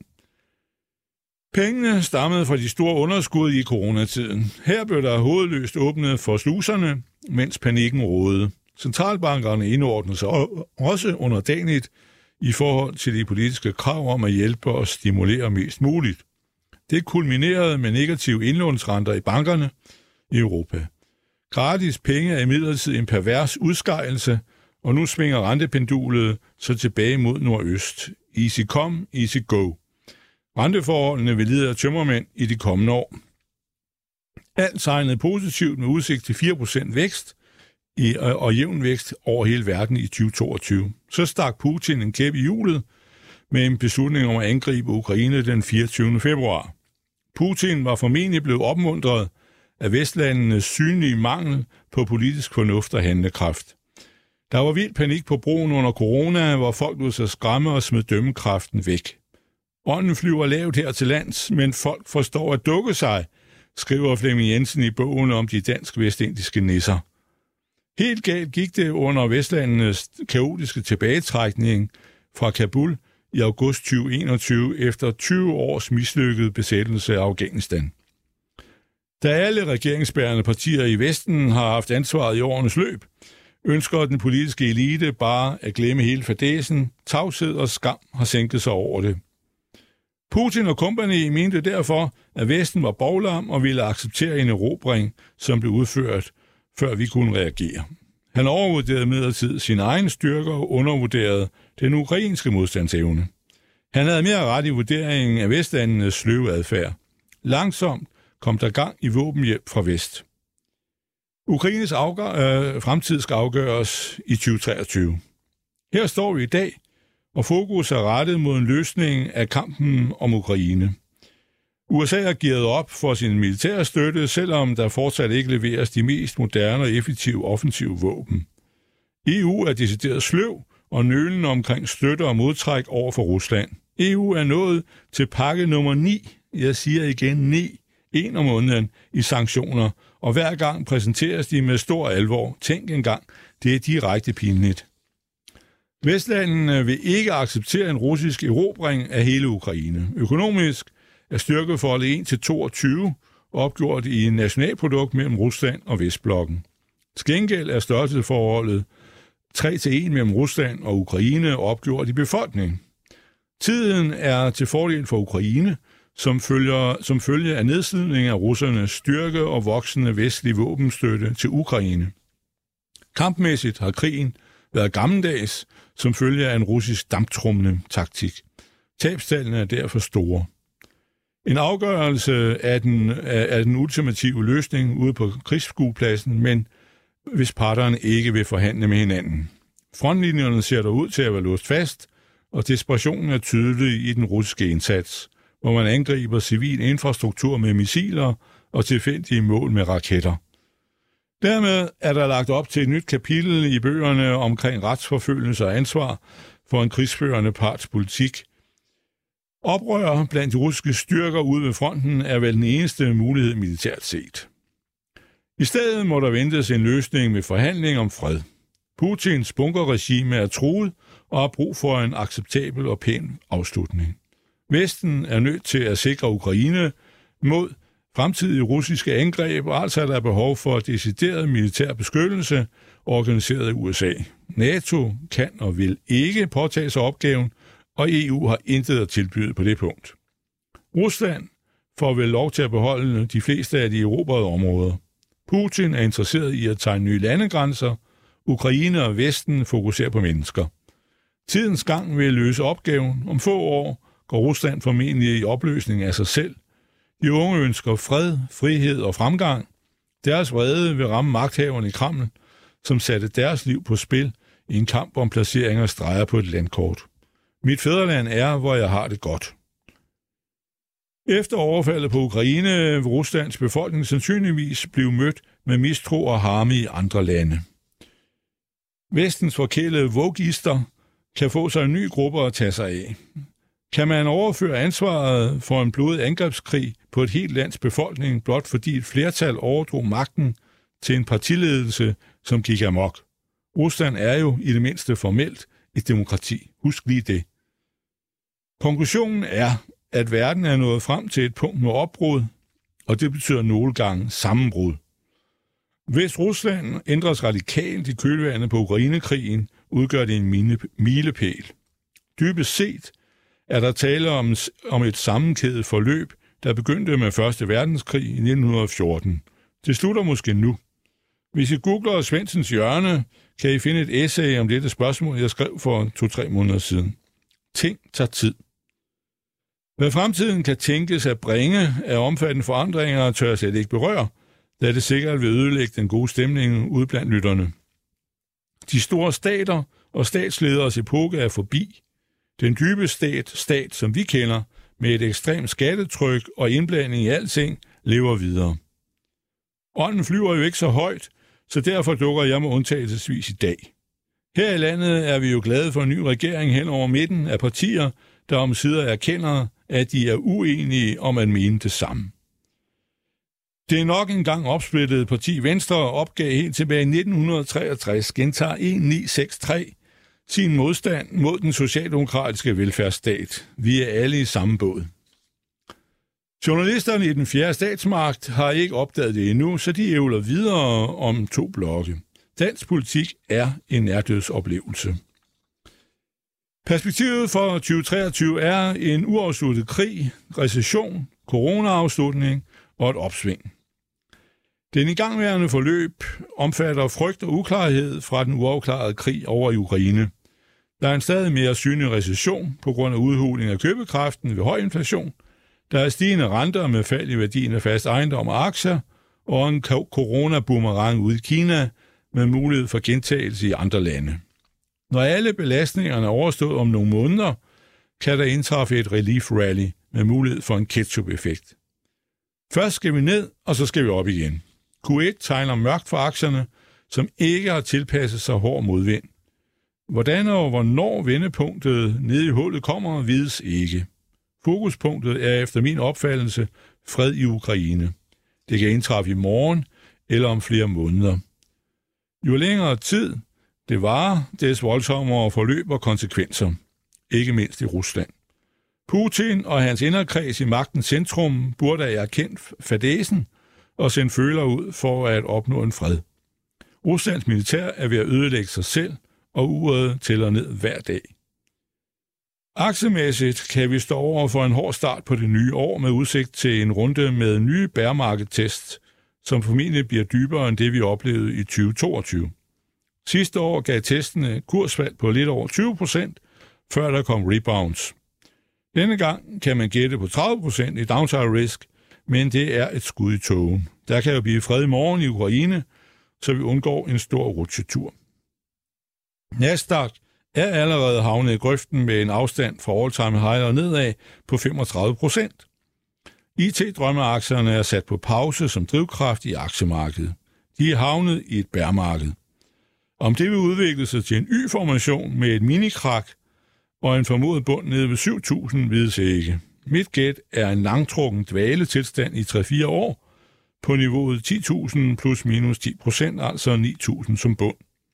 Pengene stammede fra de store underskud i coronatiden. Her blev der hovedløst åbnet for sluserne, mens panikken rådede. Centralbankerne indordnede sig også underdanigt i forhold til de politiske krav om at hjælpe og stimulere mest muligt. Det kulminerede med negative indlånsrenter i bankerne i Europa. Gratis penge er imidlertid en pervers udskejelse, og nu svinger rentependulet så tilbage mod nordøst. Easy come, easy go. Renteforholdene vil lide af tømmermænd i de kommende år. Alt tegnede positivt med udsigt til fire procent vækst i, og jævn vækst over hele verden i tyve toogtyve. Så stak Putin en kæp i hjulet med en beslutning om at angribe Ukraine den fireogtyvende februar. Putin var formentlig blevet opmuntret af vestlandenes synlige mangel på politisk fornuft og handlekraft. Der var vild panik på broen under corona, hvor folk lod sig skræmme og smed dømmekraften væk. Ånden flyver lavt her til lands, men folk forstår at dukke sig, skriver Flemming Jensen i bogen om de dansk-vestindiske nisser. Helt galt gik det under vestlandenes kaotiske tilbagetrækning fra Kabul i august tyve enogtyve efter tyve års mislykket besættelse af Afghanistan. Da alle regeringsbærende partier i Vesten har haft ansvaret i årenes løb, ønsker den politiske elite bare at glemme hele fadæsen. Tavshed og skam har sænket sig over det. Putin og kompagni mente derfor, at Vesten var bovlam og ville acceptere en erobring, som blev udført, før vi kunne reagere. Han overvurderede midlertid sin egen styrker og undervurderede den ukrainske modstandsevne. Han havde mere ret i vurderingen af vestlandenes sløve adfærd. Langsomt kom der gang i våbenhjælp fra vest. Ukraines afgør, øh, fremtid skal afgøres i tyve treogtyve. Her står vi i dag, og fokus er rettet mod en løsning af kampen om Ukraine. U S A har gearet op for sin militære støtte, selvom der fortsat ikke leveres de mest moderne og effektive offensive våben. E U er decideret sløv og nølende omkring støtte og modtræk over for Rusland. E U er nået til pakke nummer ni, jeg siger igen ni, en om måneden i sanktioner, og hver gang præsenteres de med stor alvor. Tænk engang, det er direkte pinligt. Vestlandene vil ikke acceptere en russisk erobring af hele Ukraine. Økonomisk er styrkeforholdet en til toogtyve opgjort i en nationalprodukt mellem Rusland og Vestblokken. Til gengæld er størrelsesforholdet tre til en mellem Rusland og Ukraine opgjort i befolkningen. Tiden er til fordel for Ukraine, som følger, som følge af nedslidning af russernes styrke og voksende vestlige våbenstøtte til Ukraine. Kampmæssigt har krigen været gammeldags, som følge af en russisk damptrumlende taktik. Tabstallene er derfor store. En afgørelse af den, af den ultimative løsning ude på krigsskuepladsen, men hvis parterne ikke vil forhandle med hinanden. Frontlinjerne ser der ud til at være låst fast, og desperationen er tydelig i den russiske indsats, hvor man angriber civil infrastruktur med missiler og tilfældige mål med raketter. Dermed er der lagt op til et nyt kapitel i bøgerne omkring retsforfølgelse og ansvar for en krigsførende parts politik. Oprør blandt de russiske styrker ude ved fronten er vel den eneste mulighed militært set. I stedet må der ventes en løsning med forhandling om fred. Putins bunkerregime er truet og har brug for en acceptabel og pæn afslutning. Vesten er nødt til at sikre Ukraine mod fremtidige russiske angreb, og altså er der behov for decideret militær beskyttelse organiseret af U S A. NATO kan og vil ikke påtage sig opgaven, og E U har intet at tilbyde på det punkt. Rusland får vel lov til at beholde de fleste af de erobrede områder. Putin er interesseret i at tegne nye landegrænser. Ukraine og Vesten fokuserer på mennesker. Tidens gang vil løse opgaven. Om få år går Rusland formentlig i opløsning af sig selv. De unge ønsker fred, frihed og fremgang. Deres vrede vil ramme magthaverne i Kreml, som satte deres liv på spil i en kamp om placering og streger på et landkort. Mit fædreland er, hvor jeg har det godt. Efter overfaldet på Ukraine vil Ruslands befolkning sandsynligvis blive mødt med mistro og harme i andre lande. Vestens forkælede vogister kan få sig en ny gruppe at tage sig af. Kan man overføre ansvaret for en blodig angrebskrig på et helt lands befolkning, blot fordi et flertal overdrog magten til en partiledelse, som gik amok? Rusland er jo i det mindste formelt et demokrati. Husk lige det. Konklusionen er, at verden er nået frem til et punkt med opbrud, og det betyder nogle gange sammenbrud. Hvis Rusland ændres radikalt i kølvandet på Ukrainekrigen, udgør det en milepæl. Dybest set er der tale om, om et sammenkædet forløb, der begyndte med første verdenskrig i nitten fjorten. Det slutter måske nu. Hvis I googler Svendsens Hjørne, kan I finde et essay om dette spørgsmål, jeg skrev for to-tre måneder siden. Ting tager tid. Hvad fremtiden kan tænkes at bringe af omfattende forandringer, tør jeg slet ikke berøre, da det sikkert vil ødelægge den gode stemning ude blandt lytterne. De store stater og statslederes epoke er forbi. Den dybe stat, stat som vi kender, med et ekstremt skattetryk og indblanding i alting, lever videre. Ånden flyver jo ikke så højt, så derfor dukker jeg med undtagelsesvis i dag. Her i landet er vi jo glade for en ny regering hen over midten af partier, der omsider erkender, at de er uenige om at mene det samme. Det er nok engang opsplittede parti Venstre opgav helt tilbage i nitten treogtres, gentager et ni seks tre, sin modstand mod den socialdemokratiske velfærdsstat. Vi er alle i samme båd. Journalisterne i den fjerde statsmagt har ikke opdaget det endnu, så de ævler videre om to blokke. Dansk politik er en nærdødsoplevelse. Perspektivet for tyve treogtyve er en uafsluttet krig, recession, coronaafslutning og et opsving. Den igangværende forløb omfatter frygt og uklarhed fra den uafklarede krig over i Ukraine. Der er en stadig mere synlig recession på grund af udhuling af købekraften ved høj inflation. Der er stigende renter med fald i værdien af fast ejendom og aktier, og en coronaboomerang ude i Kina med mulighed for gentagelse i andre lande. Når alle belastningerne er overstået om nogle måneder, kan der indtræffe et relief rally med mulighed for en ketchup-effekt. Først skal vi ned, og så skal vi op igen. Q et tegner mørkt for aktierne, som ikke har tilpasset sig hård modvind. Hvordan og hvornår vendepunktet nede i hullet kommer, vides ikke. Fokuspunktet er efter min opfattelse fred i Ukraine. Det kan indtræffe i morgen eller om flere måneder. Jo længere tid det varer, des voldsommere forløb og konsekvenser. Ikke mindst i Rusland. Putin og hans inderkreds i magtens centrum burde have erkendt fadæsen og sendt føler ud for at opnå en fred. Ruslands militær er ved at ødelægge sig selv, og uret tæller ned hver dag. Aktiemæssigt kan vi stå over for en hård start på det nye år med udsigt til en runde med nye bear market tests, som formentlig bliver dybere end det, vi oplevede i tyve toogtyve. Sidste år gav testene kursfald på lidt over tyve procent, før der kom rebounds. Denne gang kan man gætte på tredive procent i downside risk, men det er et skud i tågen. Der kan jo blive fred i morgen i Ukraine, så vi undgår en stor rutsjetur. Nasdaq er allerede havnet i grøften med en afstand fra all-time high og nedad på femogtredive procent. I T-drømmeaktierne er sat på pause som drivkraft i aktiemarkedet. De er havnet i et bærmarked. Om det vil udvikle sig til en Y-formation med et minikrak og en formodet bund nede ved syv tusind, vides ikke. Mit gæt er en langtrukken dvaletilstand i tre til fire år på niveauet ti tusind plus minus ti procent, altså ni tusind som bund.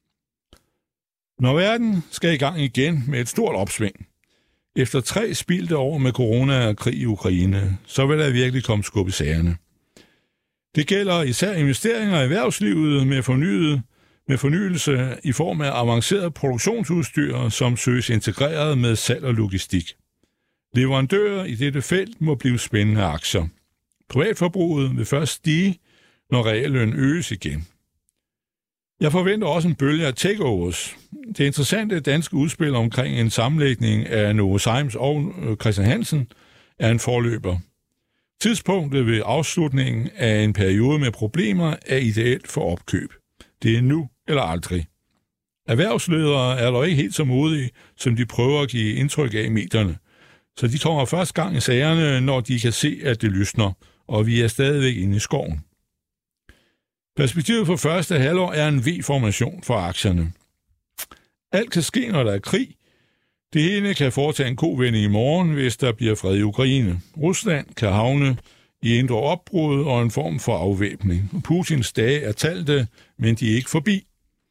Når verden skal i gang igen med et stort opsving, efter tre spildte år med corona og krig i Ukraine, så vil der virkelig komme skub i sagerne. Det gælder især investeringer i erhvervslivet med, fornyet, med fornyelse i form af avanceret produktionsudstyr, som søges integreret med salg og logistik. Leverandører i dette felt må blive spændende aktier. Privatforbruget vil først stige, når realløn øges igen. Jeg forventer også en bølge af takeovers. Det interessante danske udspil omkring en sammenlægning af Novozymes og Christian Hansen er en forløber. Tidspunktet ved afslutningen af en periode med problemer er ideelt for opkøb. Det er nu eller aldrig. Erhvervsledere er dog ikke helt så modige, som de prøver at give indtryk af i medierne. Så de kommer først gang i sagerne, når de kan se, at det lysner, og vi er stadigvæk inde i skoven. Perspektivet for første halvår er en V-formation for aktierne. Alt kan ske, når der er krig. Det hele kan foretage en kovending i morgen, hvis der bliver fred i Ukraine. Rusland kan havne i indre opbrud og en form for afvæbning. Putins dage er talte, men de er ikke forbi.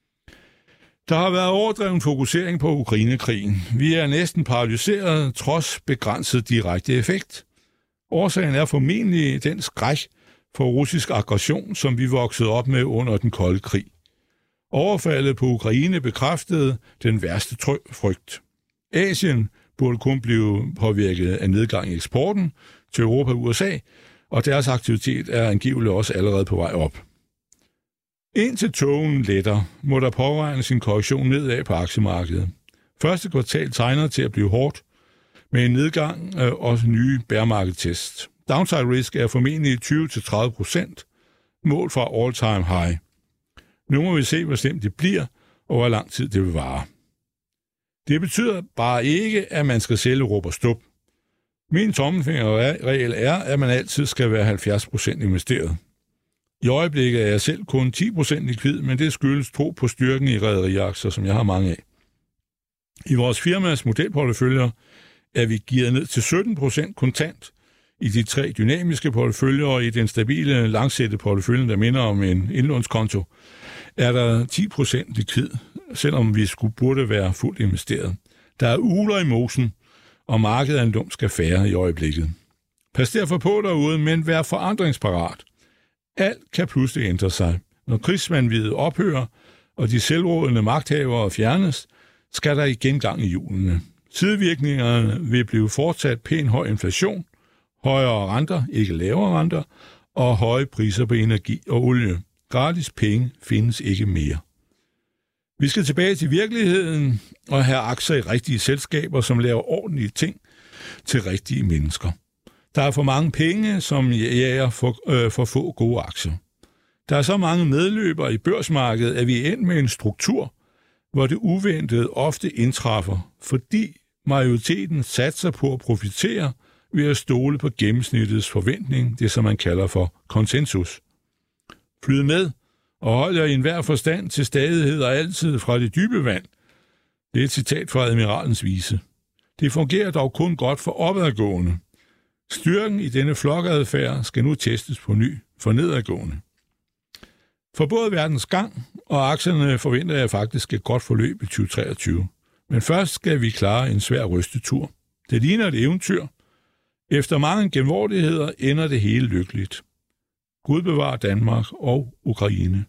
Der har været overdreven fokusering på Ukrainekrigen. Vi er næsten paralyseret, trods begrænset direkte effekt. Årsagen er formentlig den skræk for russisk aggression, som vi voksede op med under den kolde krig. Overfaldet på Ukraine bekræftede den værste frygt. Asien burde kun blive påvirket af nedgang i eksporten til Europa og U S A, og deres aktivitet er angiveligt også allerede på vej op. Indtil togen letter, må der påregnes en korrektion nedad på aktiemarkedet. Første kvartal tegner til at blive hårdt, med en nedgang og nye bear market tests. Downside risk er formentlig tyve til tredive procent, mål fra all-time high. Nu må vi se, hvor slemt det bliver, og hvor lang tid det vil vare. Det betyder bare ikke, at man skal sælge råb og stop. Min tommelfingerregel er, at man altid skal være halvfjerds procent investeret. I øjeblikket er jeg selv kun ti procent likvid, men det skyldes tro på styrken i rederiaktier, som jeg har mange af. I vores firmas modelporteføljer er vi gearet ned til sytten procent kontant i de tre dynamiske porteføljer, og i den stabile langsætte portefølje, der minder om en indlånskonto, er der ti procent likvid, selvom vi skulle burde være fuldt investeret. Der er uler i mosen, og markedet er en lumsk affære i øjeblikket. Pas derfor på derude, men vær forandringsparat. Alt kan pludselig ændre sig. Når krigsvanviddet ophører, og de selvrådende magthavere fjernes, skal der igen gang i hjulene. Sidevirkningerne vil blive fortsat pæn høj inflation, højere renter, ikke lavere renter, og høje priser på energi og olie. Gratis penge findes ikke mere. Vi skal tilbage til virkeligheden og have aktier i rigtige selskaber, som laver ordentlige ting til rigtige mennesker. Der er for mange penge, som jager for, øh, for få gode aktier. Der er så mange medløbere i børsmarkedet, at vi er endt med en struktur, hvor det uventede ofte indtræffer, fordi majoriteten satser på at profitere ved at stole på gennemsnittets forventning, det som man kalder for konsensus. Flyd med og hold jer i enhver forstand til stadighed og altid fra det dybe vand. Det er et citat fra admiralens vise. Det fungerer dog kun godt for opadgående. Styrken i denne flokadfærd skal nu testes på ny for nedadgående. For både verdens gang og aktierne forventer jeg faktisk et godt forløb i tyve treogtyve. Men først skal vi klare en svær rystetur. Det ligner et eventyr. Efter mange genvordigheder ender det hele lykkeligt. Gud bevarer Danmark og Ukraine.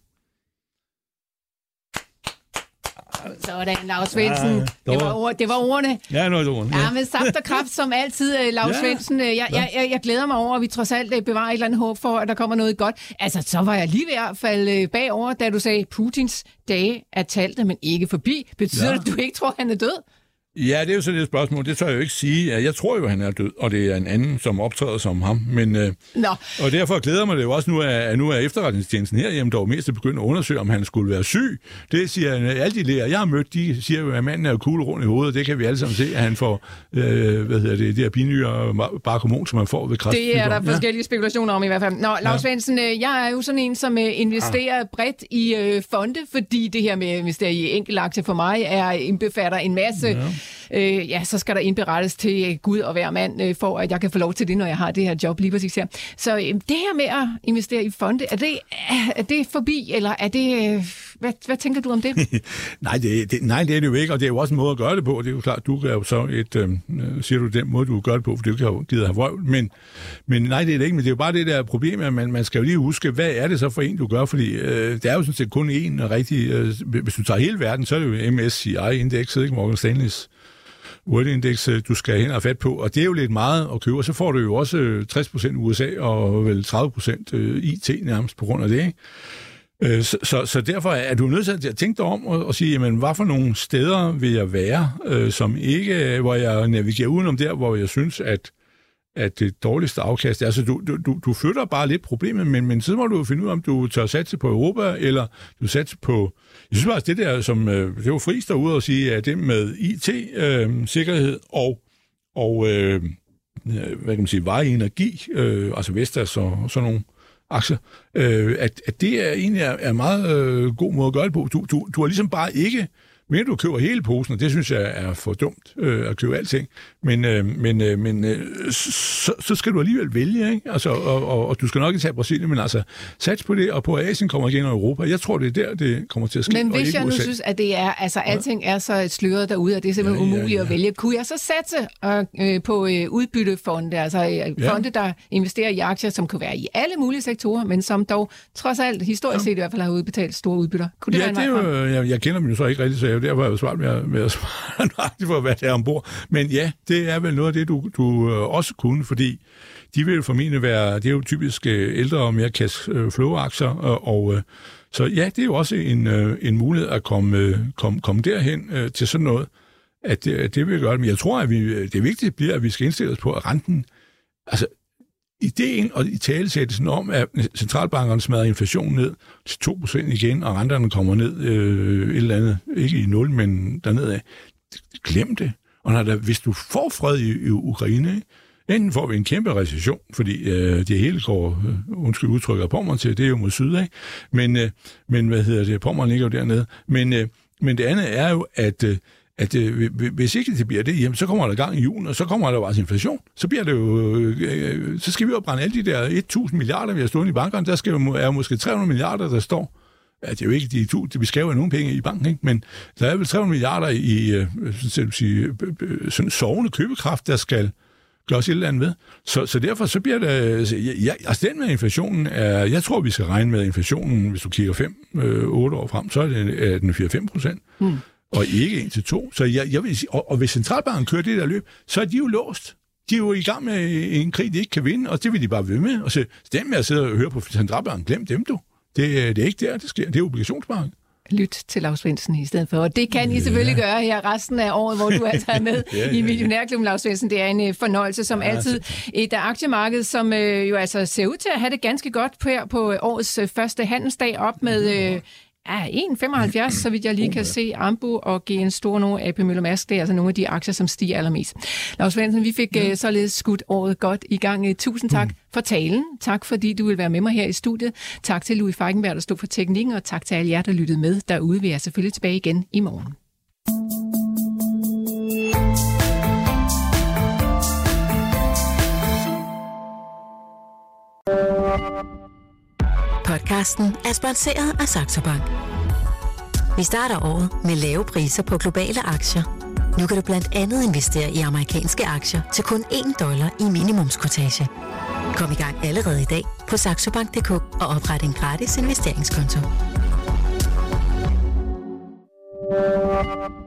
Sådan, Lars Svendsen. Ja, det, var ord, det var ordene. Ja, noget ordene. Ja, med saft og kraft som altid, Lars Svendsen. Jeg, jeg, jeg, jeg glæder mig over, at vi trods alt bevarer et eller andet håb for, at der kommer noget godt. Altså, så var jeg lige ved at falde bagover, da du sagde, Putins dage er talte, men ikke forbi. Betyder ja. det, at du ikke tror, han er død? Ja, det er jo sådan et spørgsmål. Det tør jeg jo ikke sige. Jeg tror jo, han er død, og det er en anden, som optræder som ham. Men, øh, og derfor glæder mig det jo også nu, at nu er efterretningstjenesten herhjemme dog mest at begynde at undersøge, om han skulle være syg. Det siger alle de læger, jeg har mødt, de siger jo, at manden er kugle rundt i hovedet. Det kan vi alle sammen se, at han får, øh, hvad hedder det, det her binyre og barkomon, som man får ved kræft. Det er der forskellige ja. spekulationer om i hvert fald. Nå, Lars Svendsen, ja. jeg er jo sådan en, som investerer ja. bredt i øh, fonde, fordi det her med at investere i enkeltaktier for mig er indbefatter en masse... Ja. Øh, ja, så skal der indberettes til Gud og hver mand, øh, for at jeg kan få lov til det, når jeg har det her job lige præcis her. Så øh, det her med at investere i fonde, er det, er, er det forbi, eller er det... Øh, hvad, hvad tænker du om det? nej, det, det? nej, det er det jo ikke, og det er jo også en måde at gøre det på. Det er jo klart, du er jo så et... Øh, siger du den måde, du gør det på, for det kan jo givet have vrøvl. Men, men nej, det er det ikke. Men det er jo bare det der problem, at man, man skal jo lige huske, hvad er det så for en, du gør? Fordi øh, det er jo sådan set kun én rigtig... Øh, hvis du tager hele verden, så er det jo M S C I-indekset, ikke? Morgan Stanley's World Index, du skal hen og fat på, og det er jo lidt meget at købe, og så får du jo også tres procent U S A og vel tredive procent I T nærmest på grund af det, ikke? Så, så, så derfor er du nødt til at tænke dig om og, og sige, jamen, hvad for nogle steder vil jeg være, øh, som ikke, hvor jeg navigerer udenom der, hvor jeg synes, at at det dårligste afkast, altså du, du, du flytter bare lidt problemet, men, men så må du finde ud af, om du tør satse på Europa, eller du satser på... Jeg synes faktisk, det der, som det var Friis derude at sige, at det med I T-sikkerhed øh, og, og øh, hvad kan man sige, vejeenergi, øh, altså Vestas og, og sådan nogle aktier, øh, at, at det er egentlig er, er en meget øh, god måde at gøre det på. Du, du, du har ligesom bare ikke... Men du køber hele posen, og det synes jeg er for dumt øh, at købe alting. Men, øh, men, øh, men øh, så, så skal du alligevel vælge, ikke? Altså, og, og, og du skal nok ikke tage Brasilien, men altså sats på det, og på Asien kommer igen, og Europa. Jeg tror, det er der, det kommer til at ske. Men hvis jeg nu synes, at det er, altså alting er så sløret derude, at det er simpelthen ja, ja, umuligt ja. at vælge, kunne jeg så satse øh, på øh, udbyttefonde, altså øh, fonde, ja. der investerer i aktier, som kan være i alle mulige sektorer, men som dog trods alt, historisk ja. set i hvert fald, har udbetalt store udbytter. Kunne det ja, være en det er jo, jeg, jeg kender dem jo så ikke rigtig, så jeg derfor er jeg jo svært med at, med at svare nøjagtigt for, hvad det er ombord. Men ja, det er vel noget af det, du, du også kunne, fordi de vil formentlig være, det er jo typisk ældre og mere cash-flow-aktier, og, og så ja, det er jo også en, en mulighed at komme, komme, komme derhen til sådan noget, at det, at det vil gøre det. Men jeg tror, at vi, det vigtige bliver, at vi skal indstille os på, at renten, altså ideen og i talesættelsen om, at centralbankerne smadrer inflationen ned til to procent igen, og renterne kommer ned øh, et eller andet, ikke i nul, men dernede af. Glem det. Og når der, hvis du får fred i, i Ukraine, enten får vi en kæmpe recession, fordi øh, det hele går, øh, undskyld udtrykker Pommern til, det er jo mod syd af, men, øh, men hvad hedder det, Pommern ligger jo dernede. Men, øh, men det andet er jo, at øh, at øh, hvis ikke det bliver det, jamen, så kommer der gang i julen, og så kommer der også inflation. Så bliver det jo, øh, så skal vi jo brænde alle de der tusind milliarder, vi har stået i bankerne. Der skal jo, er jo måske tre hundrede milliarder, der står. Ja, det er jo ikke de to, vi skal jo have nogle penge i banken, ikke? Men der er vel tre hundrede milliarder i øh, sådan, sige, sådan sovende købekraft, der skal gøres et eller andet ved. Så, så derfor så bliver det... Ja, altså den med inflationen er... Jeg tror, vi skal regne med inflationen, hvis du kigger fem otte år frem, så er det er den fire til fem procent. Mm. Og ikke en til to. Så jeg, jeg vil sige, og, og hvis centralbanken kører det der løb, så er de jo låst. De er jo i gang med en krig, de ikke kan vinde, og det vil de bare ved med. Og så dem med at sidde og høre på centralbanken, glem dem du. Det, det er ikke der, det sker. Det er obligationsmarkedet. Lyt til Lars Svendsen i stedet for. Og det kan I selvfølgelig ja. gøre her resten af året, hvor du altså er med ja, ja, ja. i Millionærklubben, Lars Svendsen. Det er en fornøjelse som ja, altid. Et aktiemarked, som øh, jo altså ser ud til at have det ganske godt på her på årets øh, første handelsdag op med... Øh, Ja, en komma femoghalvfjerds, så vidt jeg lige kan se. Ambu og G N Store Nord, A P Møller Mærsk, det er altså nogle af de aktier, som stiger allermest. Lars Svendsen, vi fik ja. uh, således skudt året godt i gang. Uh, tusind tak mm. for talen. Tak fordi du vil være med mig her i studiet. Tak til Louis Feigenberg, der stod for teknikken, og tak til alle jer, der lyttede med derude. Vi er selvfølgelig tilbage igen i morgen. Podcasten er sponsoreret af Saxo Bank. Vi starter året med lave priser på globale aktier. Nu kan du blandt andet investere i amerikanske aktier til kun en dollar i minimumskortage. Kom i gang allerede i dag på saxobank punktum d k og opret en gratis investeringskonto.